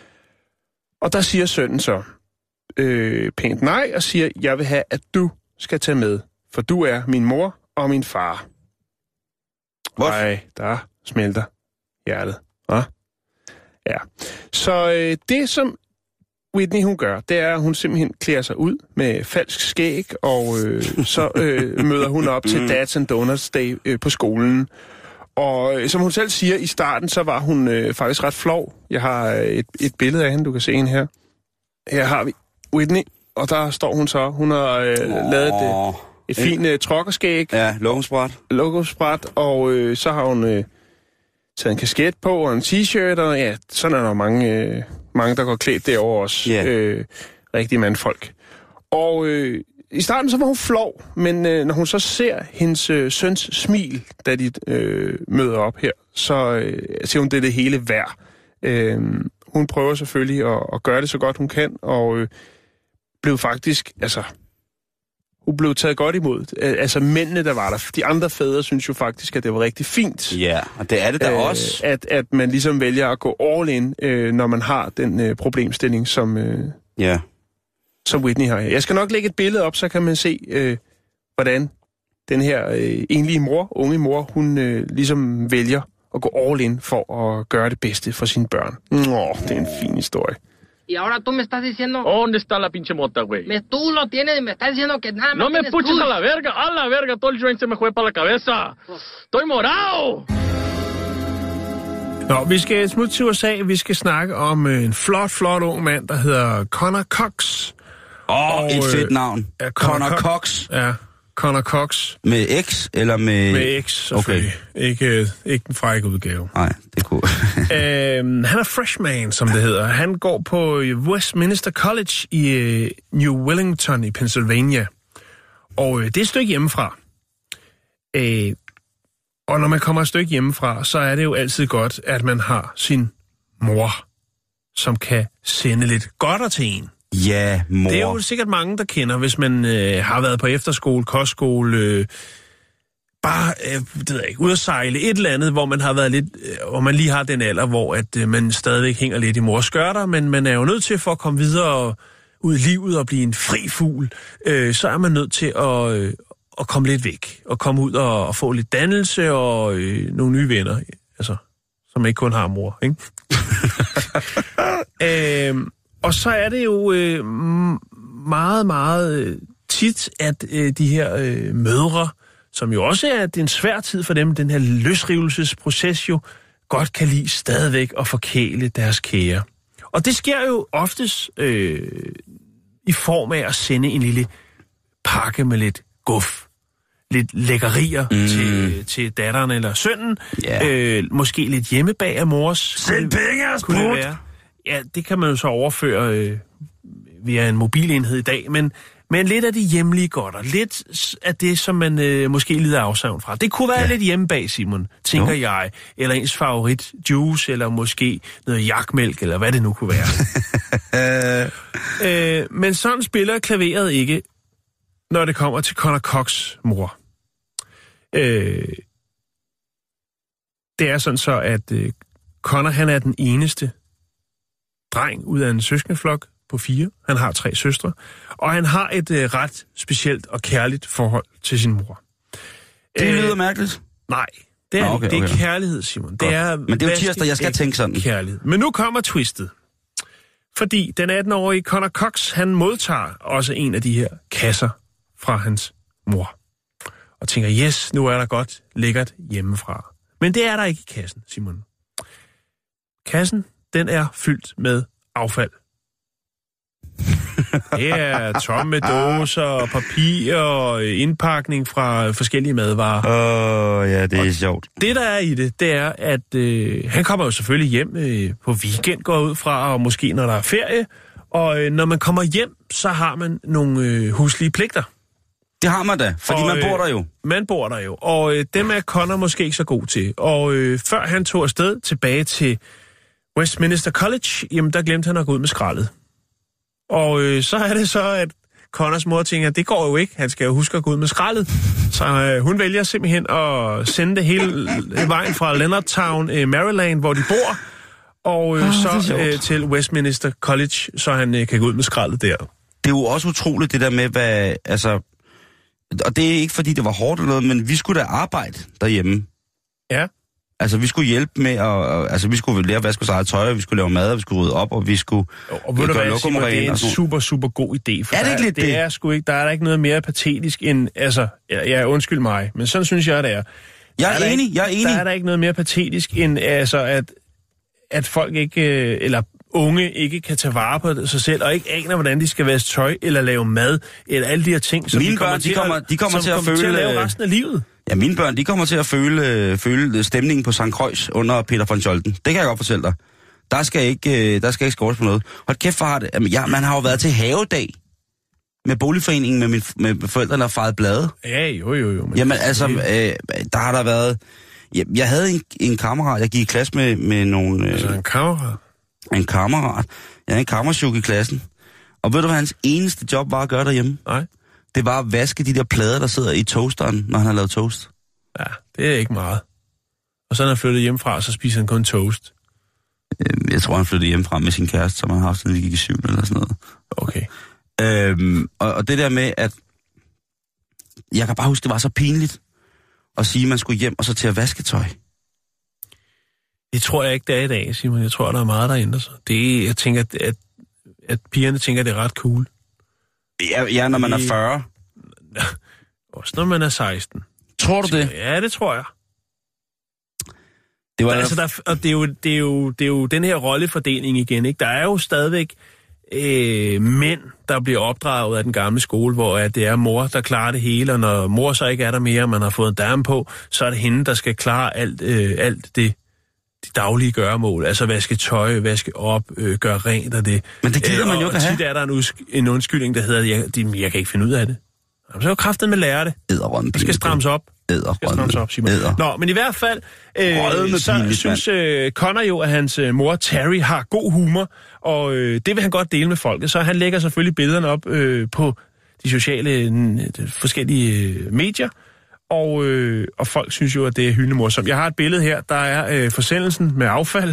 Og der siger sønnen så pænt nej, og siger, jeg vil have, at du skal tage med, for du er min mor og min far. Nej, der smelter hjertet. Hva? Ja. Så det, som Whitney hun gør, det er, at hun simpelthen klæder sig ud med falsk skæg, og så møder hun op til Dads and Donuts Day på skolen. Og som hun selv siger i starten, så var hun faktisk ret flov. Jeg har et billede af hende, du kan se hende her. Her har vi Whitney, og der står hun så. Hun har lavet et fint trokkerskæg. Ja, logosprat, og så har hun taget en kasket på og en t-shirt, og ja, sådan er der mange der går klædt derovre også. Yeah. Rigtige mandfolk. Og i starten så var hun flov, men når hun så ser hendes søns smil, da de møder op her, så siger hun, det er det hele værd. Hun prøver selvfølgelig at gøre det så godt hun kan, og blev faktisk, hun blev taget godt imod. Altså mændene, der var der. De andre fædre synes jo faktisk, at det var rigtig fint. Ja, og det er det da også. At man ligesom vælger at gå all in, når man har den problemstilling, som Whitney har her. Jeg skal nok lægge et billede op, så kan man se, hvordan den her unge mor, hun ligesom vælger at gå all in for at gøre det bedste for sine børn. Det er en fin historie. Y ahora tú me estás diciendo... ¿Dónde está la pinche mota, güey? Tú lo tienes y me estás diciendo que nada más... No me puches a la verga, todo el joint se me fue para la cabeza. Estoy morado! Nå, vi skal smutte til USA. Vi skal snakke om en flot ung mand, der hedder Connor Cox. Et fedt navn. Connor Cox. Ja, Connor Cox. Med X, eller med... Med X, selvfølgelig. Okay. Ikke den frække udgave. Nej, det kunne... han er freshman, som det hedder. Han går på Westminster College i New Wellington i Pennsylvania. Og det er et stykke hjemmefra. Og når man kommer et stykke hjemmefra, så er det jo altid godt, at man har sin mor, som kan sende lidt godter til en. Ja, mor. Det er jo sikkert mange, der kender, hvis man har været på efterskole, kostskole, det ved jeg ikke, ude at sejle, et eller andet, hvor man har været lidt, hvor man lige har den alder, hvor at man stadigvæk hænger lidt i mors skørter, men man er jo nødt til for at komme videre ud i livet og blive en fri fugl, så er man nødt til at komme lidt væk, og komme ud og få lidt dannelse og nogle nye venner, altså, som ikke kun har mor, ikke? Og så er det jo meget, meget tit, at de her mødre, som jo også er en svær tid for dem, den her løsrivelsesproces jo, godt kan lide stadigvæk at forkæle deres kære. Og det sker jo oftest i form af at sende en lille pakke med lidt guf. Lidt lækkerier til datteren eller sønnen. Yeah. Måske lidt hjemmebag af mors. Send penge og sprut! Ja, det kan man jo så overføre via en mobilenhed i dag, men men lidt af de hjemlige godter. Lidt af det, som man måske lider afsavn fra. Det kunne være lidt hjemme bag, Simon, tænker jeg. Eller ens favorit juice, eller måske noget jakmælk, eller hvad det nu kunne være. Men sådan spiller klaveret ikke, når det kommer til Connor Cox' mor. Det er sådan så, at Connor, han er den eneste dreng ud af en søskendeflok på 4. Han har 3 søstre, og han har et ret specielt og kærligt forhold til sin mor. Det lyder mærkeligt. Nej, det er, det er kærlighed, Simon. Det er, men det er jo tirsdag, jeg skal tænke sådan. Kærlighed. Men nu kommer twistet. Fordi den 18-årige Connor Cox, han modtager også en af de her kasser fra hans mor. Og tænker, yes, nu er der godt lækkert hjemmefra. Men det er der ikke i kassen, Simon. Kassen, den er fyldt med affald. Det er tomme dåser og papir og indpakning fra forskellige madvarer. Ja, det er sjovt. Det, der er i det, det er, at han kommer jo selvfølgelig hjem på weekend, går ud fra, og måske når der er ferie. Og når man kommer hjem, så har man nogle huslige pligter. Det har man da, fordi man bor der jo. Man bor der jo, og dem er Connor måske ikke så god til. Og før han tog afsted tilbage til Westminster College, jamen der glemte han at gå ud med skraldet. Og så er det så, at Connors mor tænker, det går jo ikke, han skal jo huske at gå ud med skraldet. Så hun vælger simpelthen at sende det hele vejen fra Leonardtown, Maryland, hvor de bor, og så til Westminster College, så han kan gå ud med skraldet der. Det er jo også utroligt det der med, hvad, altså, og det er ikke fordi det var hårdt eller noget, men vi skulle da arbejde derhjemme. Ja. Altså, vi skulle hjælpe med at... vi skulle lære at vaske vores eget tøj, vi skulle lave mad, vi skulle rydde op, og vi skulle... Og ved du hvad, Simon, det er en super, super god idé. For er det ikke lidt det? Er sgu ikke, der er der ikke noget mere patetisk end... Altså, ja, undskyld mig, men sådan synes jeg, det er. Jeg er enig. Der er der ikke noget mere patetisk end, altså, at folk ikke... eller unge ikke kan tage vare på sig selv, og ikke aner, hvordan de skal vaske tøj, eller lave mad, eller alle de her ting, som mine børn, de kommer til at lave resten af livet. Ja, mine børn, de kommer til at føle stemningen på St. Croix under Peter von Scholten. Det kan jeg godt fortælle dig. Der skal ikke skåres på noget. Hold kæft for har det. Jamen, man har jo været til havedag med boligforeningen med forældrene og faret blade. Ja, jo. Jamen, altså, der har der været... Jeg havde en kammerat, jeg gik i klasse med nogle... Altså en kammerat? En kammerat. Jeg havde en kammerchuk i klassen. Og ved du, hvad hans eneste job var at gøre derhjemme? Nej. Det var at vaske de der plader, der sidder i toasteren, når han har lavet toast. Ja, det er ikke meget. Og så når han flyttet hjemmefra, så spiser han kun toast. Jeg tror, han flyttede hjemmefra med sin kæreste, som han har haft, siden vi gik i 7. eller sådan noget. Okay. Og det der med, at... Jeg kan bare huske, det var så pinligt at sige, at man skulle hjem og så til at vaske tøj. Det tror jeg ikke, det er i dag, Simon. Jeg tror, der er meget, der ændrer sig. Jeg tænker, at pigerne tænker, det er ret cool. Ja, når man er 40. Også når man er 16. Tror du det? Ja, det tror jeg. Det var og det er jo den her rollefordeling igen, ikke? Der er jo stadigvæk mænd, der bliver opdraget af den gamle skole, hvor det er mor, der klarer det hele, og når mor så ikke er der mere, man har fået en dame på, så er det hende, der skal klare alt det de daglige gøremål, altså vaske tøj, vaske op, gøre rent og det. Men det gider man jo ikke have. Og tit er der en undskyldning, der hedder, jeg kan ikke finde ud af det. Jamen, så er jo kraften med at lære det. Det skal strammes op. Nå, men i hvert fald, så synes Connor jo, at hans mor Terry har god humor, og det vil han godt dele med folket, så han lægger selvfølgelig billederne op på de forskellige medier, og folk synes jo, at det er hyldemorsomt. Jeg har et billede her, der er forsendelsen med affald.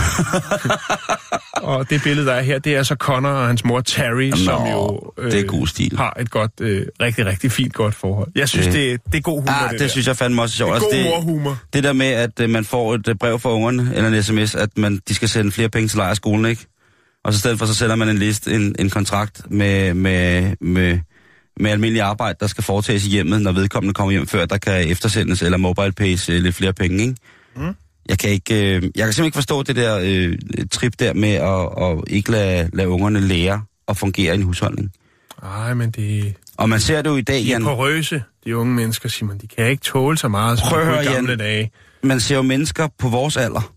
Og det billede, der er her, det er så Connor og hans mor Terry, som jo det er god stil. Har et godt, rigtig, rigtig fint godt forhold. Jeg synes, det er god humor. Det synes jeg fandme også sjovt. Det er god morhumor. Det der med, at man får et brev fra ungerne, eller en sms, at de skal sende flere penge til lejrskolen, ikke? Og så i stedet for, så sender man en kontrakt med almindelig arbejde, der skal foretages i hjemmet, når vedkommende kommer hjem, før der kan eftersendes eller MobilePays lidt flere penge, ikke? Mm. Jeg kan simpelthen ikke forstå det der trip der med at ikke lade ungerne lære at fungere i en husholdning. Nej, men det... Og man ser det jo i dag, Jan. De er porøse, de unge mennesker, Simon. De kan ikke tåle så meget, som på gamle dage. Man ser jo mennesker på vores alder,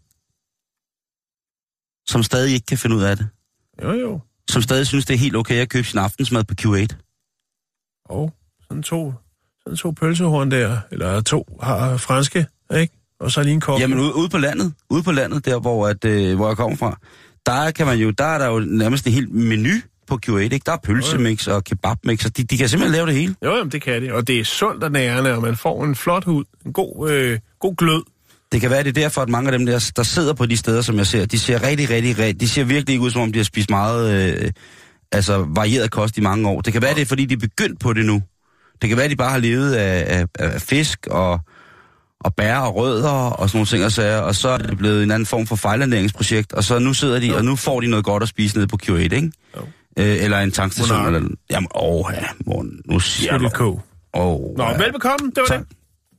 som stadig ikke kan finde ud af det. Jo. Som stadig synes, det er helt okay at købe sin aftensmad på Q8. Sådan to pølsehorn der, eller 2 har franske, ikke? Og så lige en kop. Jamen ude på landet, der hvor jeg kommer fra, der er der jo nærmest en hel menu på Q8, ikke? Der er pølsemix og kebabmix, og de kan simpelthen lave det hele. Jo, jamen, det kan det, og det er sundt og nærende, og man får en flot hud, en god glød. Det kan være, det er derfor, at mange af dem, der sidder på de steder, som jeg ser, de ser rigtig, de ser virkelig ikke ud, som om de har spist meget varieret kost i mange år. Det kan være, det er, fordi de er begyndt på det nu. Det kan være, de bare har levet af fisk og bær og rødder og sådan nogle ting og sager, og så er det blevet en anden form for fejlernæringsprojekt, og så nu sidder de, og nu får de noget godt at spise nede på Q8, ikke? Eller en tankstation, eller... Jamen, nu siger du... Nå, velbekomme, det var det.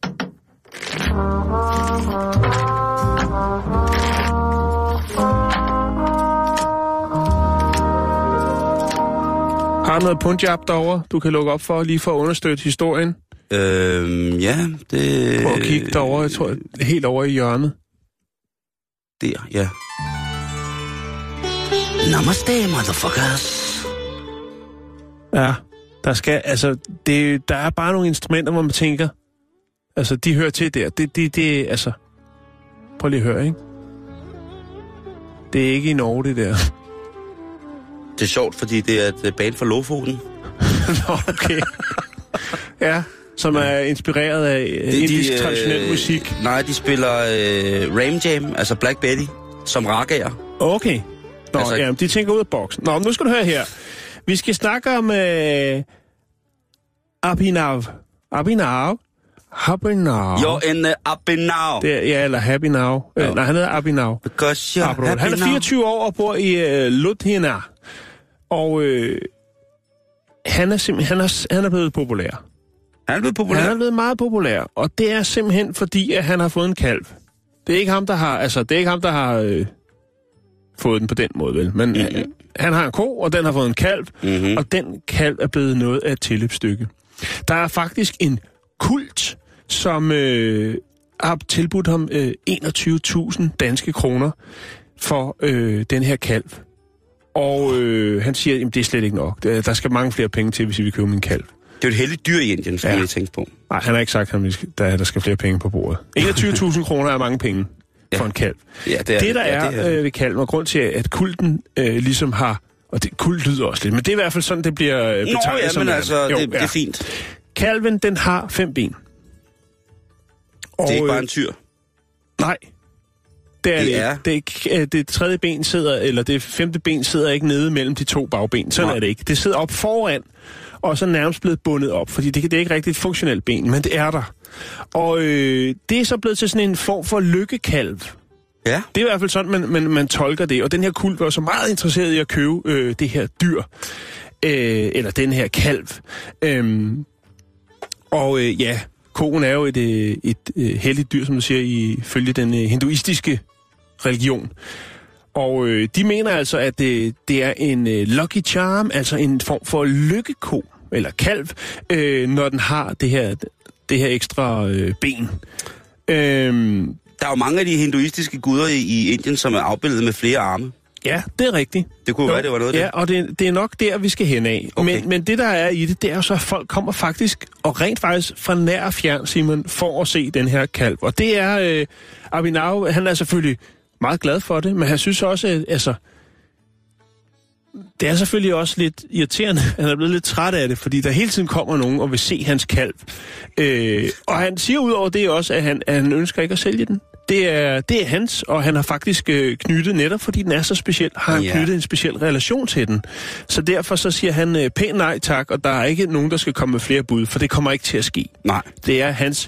Har du noget Punjab derovre, du kan lukke op for, lige for at understøtte historien? Ja, det... Prøv at kigge derovre, jeg tror, helt over i hjørnet. Der, ja. Namaste, motherfuckers. Ja, der er bare nogle instrumenter, hvor man tænker, altså, de hører til der. Det prøv lige at høre, ikke? Det er ikke i Norge, det der. Det er sjovt, fordi det er et band fra Lofoten. Nå, okay. Ja, som er inspireret af indisk traditionel musik. Nej, de spiller Ram Jam, altså Black Betty, som ragager. Okay. Nå, ja, de tænker ud af boksen. Nå, nu skal du høre her. Vi skal snakke om Abhinav. Jo, en Abhinav. Ja, eller Happy Now. Nej, han hedder Abhinav. Han er 24 år og bor i Ludhiana. Og han er blevet populær. Han er blevet populær? Han er blevet meget populær. Og det er simpelthen fordi, at han har fået en kalv. Det er ikke ham, der har... fået den på den måde, vel? Men han har en ko, og den har fået en kalv, og den kalv er blevet noget af et tilløbsstykke. Der er faktisk en kult, som har tilbudt ham 21.000 danske kroner for den her kalv. Og han siger, at det er slet ikke nok. Der skal mange flere penge til, hvis vi vil købe min kalv. Det er jo et heldigt dyr i Indien, skal man lige tænke på. Nej, han har ikke sagt, at der skal flere penge på bordet. 21.000 kroner er mange penge for en kalv. Ja, det er ved kalven, og grund til, at kulten ligesom har... Og kult lyder også lidt, men det er i hvert fald sådan, det bliver betegnet som... men altså, det er fint. Kalven, den har 5 ben. Og, det er ikke bare en tyr. Nej. Det tredje ben sidder, eller det 5. ben sidder ikke nede mellem de 2 bagben. Sådan er det ikke. Det sidder op foran, og så nærmest blevet bundet op, fordi det er ikke rigtig et funktionelt ben, men det er der. Og det er så blevet til sådan en form for lykkekalv. Ja. Det er i hvert fald sådan, man tolker det. Og den her kult var så meget interesseret i at købe det her dyr, eller den her kalv. Koen er jo et helligt dyr, som du siger, ifølge den hinduistiske religion. Og de mener altså, at det er en lucky charm, altså en form for lykkeko, eller kalv, når den har det her ekstra ben. Der er jo mange af de hinduistiske guder i Indien, som er afbildet med flere arme. Ja, det er rigtigt. Det kunne være, det var noget af det. Ja, og det er nok der, vi skal hen af. Okay. Men det, der er i det er jo så, at folk kommer faktisk, og rent faktisk fra nær og fjern, Simon, for at se den her kalv. Og det er Abhinav, han er selvfølgelig meget glad for det, men han synes også, at det er selvfølgelig også lidt irriterende. Han er blevet lidt træt af det, fordi der hele tiden kommer nogen og vil se hans kalv. Og han siger ud over det også, at han ønsker ikke at sælge den. Det er hans, og han har faktisk knyttet, netop fordi den er så speciel, har han knyttet en speciel relation til den. Så derfor så siger han pænt nej tak, og der er ikke nogen, der skal komme med flere bud, for det kommer ikke til at ske. Nej. Det er hans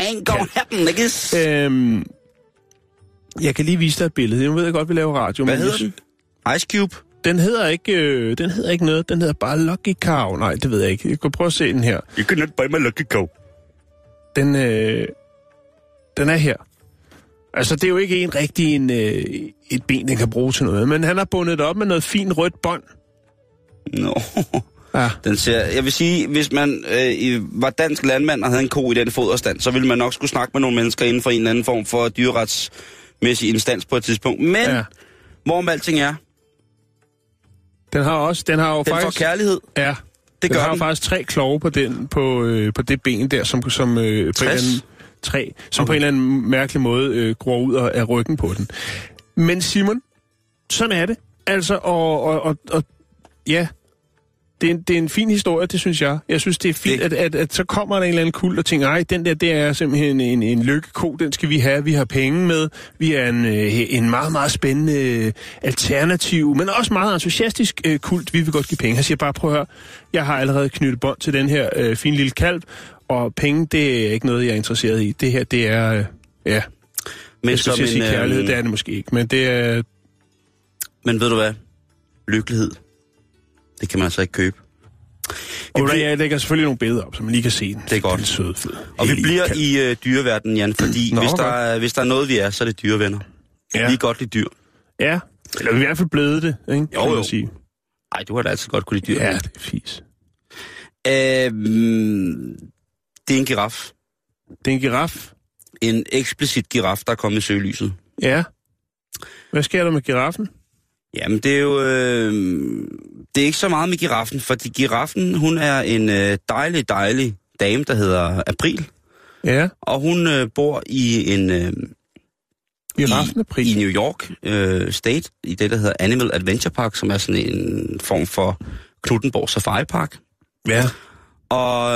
kalv. Jeg kan lige vise dig et billede. Nu ved jeg godt, vi laver radio. Hvad hedder den? Ice Cube? Den hedder ikke noget. Den hedder bare Lucky Cow. Nej, det ved jeg ikke. Jeg kan prøve at se den her. You can not buy my Lucky Cow. Den er her. Altså, det er jo ikke et ben, den kan bruge til noget. Men han har bundet det op med noget fint rødt bånd. Nå. Ja. Jeg vil sige, hvis man var dansk landmand og havde en ko i den foderstand, så ville man nok skulle snakke med nogle mennesker inden for en eller anden form for dyreretsmæssig instans på et tidspunkt. Men, hvorom alting er... Den har jo faktisk... får kærlighed. Ja. Den har faktisk 3 klove på på det ben der, som på en eller anden træ, som på en eller anden mærkelig måde gror ud af ryggen på den. Men Simon, sådan er det. Altså, og ja, det er en fin historie, det synes jeg. Jeg synes, det er fint, at så kommer der en eller anden kult og tænker, ej, den der, det er simpelthen en lykkeko, den skal vi have. Vi har penge med. Vi er en meget, meget spændende alternativ, men også meget entusiastisk kult. Vi vil godt give penge. Jeg siger bare, prøv at høre, jeg har allerede knyttet bånd til den her fine lille kalv, og penge, det er ikke noget, jeg er interesseret i. Det her, det er, ja, men jeg skal sige kærlighed, det er det måske ikke, men det er... Men ved du hvad? Lykkelighed. Det kan man altså ikke købe. Jeg lægger selvfølgelig nogle billeder op, så man lige kan se den. Det er godt. Den søde, fed. Og vi bliver i dyreverdenen, Jan, fordi hvis der er noget, vi er, så er det dyrevenner. Ja. Vi er godt lide dyr. Ja, eller vi er i hvert fald blevet det, ikke? Jo. Ej, du har da altid godt kunne lide dyr. Ja, det er fis. Det er en giraf. Det er en giraf? En eksplicit giraf, der er kommet i søgelyset. Ja. Hvad sker der med giraffen? Jamen, det er jo... det er ikke så meget med giraffen, fordi giraffen, hun er en dejlig dame, der hedder April. Ja. Og hun bor i en... Giraffen-April? I New York State, i det, der hedder Animal Adventure Park, som er sådan en form for Knuthenborg Safari Park. Ja. Og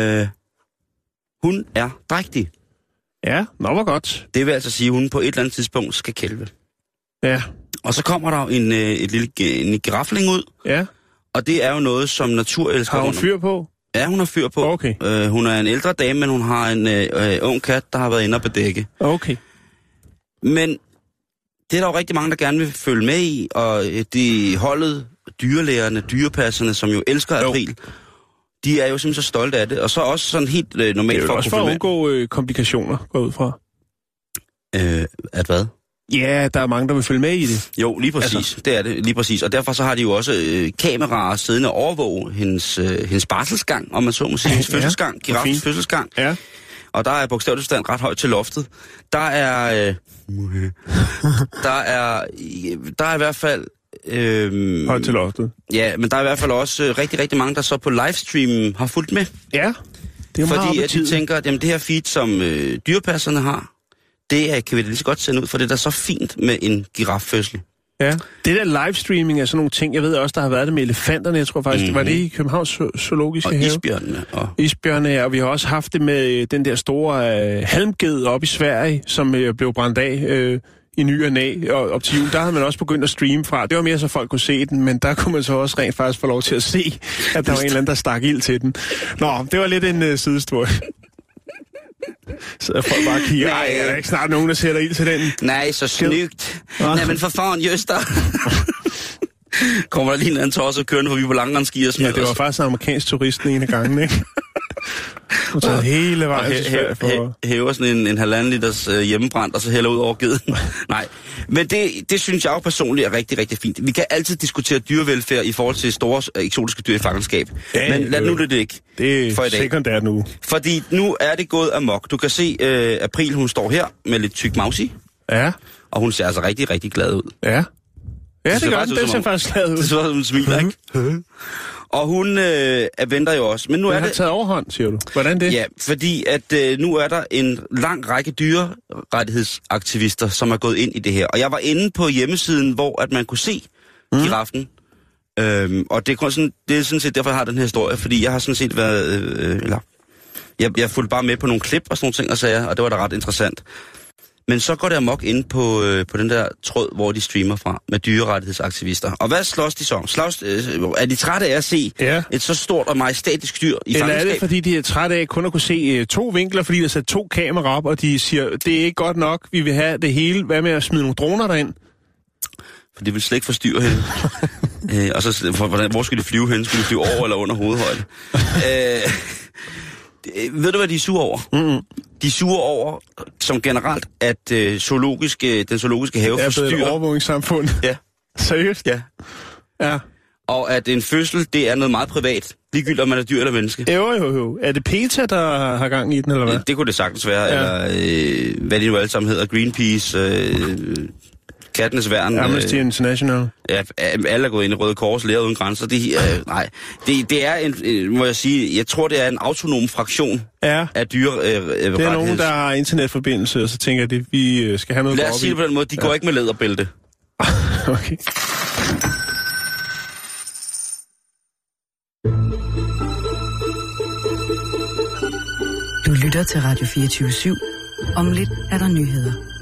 hun er drægtig. Ja, hvor godt. Det vil altså sige, at hun på et eller andet tidspunkt skal kælve. Ja. Og så kommer der jo en girafling ud. Ja. Og det er jo noget, som naturelsker... Har hun fyr på? Ja, hun har fyr på. Okay. Hun er en ældre dame, men hun har en ung kat, der har været inde og bedække. Okay. Men det er der jo rigtig mange, der gerne vil følge med i, og de holdet, dyrlægerne, dyrepasserne, som jo elsker April, de er jo simpelthen så stolte af det. Og så også sådan helt normalt... Det er jo også for at undgå komplikationer, går ud fra. At hvad? Ja, der er mange, der vil følge med i det. Jo, lige præcis. Altså. Det er det, lige præcis. Og derfor så har de jo også kameraer siddende og overvåge hendes barselsgang, om man så må sige, hendes fødselsgang, giraffens fødselsgang. Ja. Og der er bogstaveligt forstand ret højt til loftet. Der er i hvert fald... højt til loftet. Ja, men der er i hvert fald også rigtig, rigtig mange, der så på livestreamen har fulgt med. Ja, det er fordi at de tænker, at det her feed, som dyrepasserne har, det kan vi da lige så godt sende ud, for det er da så fint med en giraffødsel. Ja, det der livestreaming er sådan nogle ting, jeg ved også, der har været det med elefanterne, jeg tror faktisk, det var det i Københavns Zoologiske Have. Og isbjørnene. Isbjørnene, ja, og vi har også haft det med den der store halmged op i Sverige, som blev brændt af i ny og næ, og op til jul, der havde man også begyndt at streame fra. Det var mere så folk kunne se den, men der kunne man så også rent faktisk få lov til at se, at der var en eller anden, der stak ild til den. Nå, det var lidt en sidehistorie. Så folk bare kigger, ej, er der ikke snart nogen, der sætter ild til den? Nej, så snygt. Nej, men for faren, Jøster. Kommer der lige en anden tosser kørende forbi på langrensski og smider. Ja, det var faktisk en amerikansk turist en af gangen, ikke? Du tager hele vejen til Sverige for... Hæver sådan en 1,5 liters hjemmebrændt, og så hælder ud over geden. Nej, men det synes jeg jo personligt er rigtig, rigtig fint. Vi kan altid diskutere dyrevelfærd i forhold til store eksotiske dyr i fangenskab. Ja, men lad nu det ikke det for i dag. Sekundært nu. Fordi nu er det gået amok. Du kan se, April, hun står her med lidt tyk mausi. Ja. Og hun ser altså rigtig, rigtig glad ud. Ja. Ja, det gør den. Den ser faktisk glad ud. Det ser hun smiler, ikke? Og hun venter jo også. Men nu har taget overhånd, siger du. Hvordan det? Ja, fordi at nu er der en lang række dyrerettighedsaktivister, som er gået ind i det her. Og jeg var inde på hjemmesiden, hvor at man kunne se giraffen. Og det er sådan set derfor, jeg har den her historie. Fordi jeg har sådan set været... Jeg fulgte bare med på nogle klip og sådan nogle ting og sager, og det var da ret interessant. Men så går det amok ind på den der tråd, hvor de streamer fra med dyrerettighedsaktivister. Og hvad slås de så? Er de trætte af at se et så stort og majestætisk dyr i fangenskab? Eller er det, fordi de er trætte af kun at kunne se 2 vinkler, fordi der sat 2 kameraer op, og de siger, det er ikke godt nok, vi vil have det hele. Hvad med at smide nogle droner derind? For det vil slet ikke forstyrre hende. Og så, hvor skal de flyve hen? Skal de flyve over eller under hovedhøjde? Ved du, hvad de er sure over? De er sure over, som generelt, at den zoologiske have forstyrrer... Det er et overvågningssamfund. Ja. Seriøst? Ja. Ja. Og at en fødsel, det er noget meget privat. Ligegyldigt, om man er dyr eller menneske. Jo. Er det PETA, der har gang i den, eller hvad? Det kunne det sagtens være. Ja. Eller hvad de nu alle sammen hedder. Greenpeace... Kattenes Værn. Amnesty International. Ja, alle er gået ind i Røde Kors, Læger Uden Grænser. Nej, det er må jeg sige, jeg tror, det er en autonom fraktion af dyre det er nogen, der har internetforbindelse, og så tænker de, vi skal have noget. Lad os sige det på den måde, de går ikke med læderbælte. Okay. Du lytter til Radio 24/7. Om lidt er der nyheder.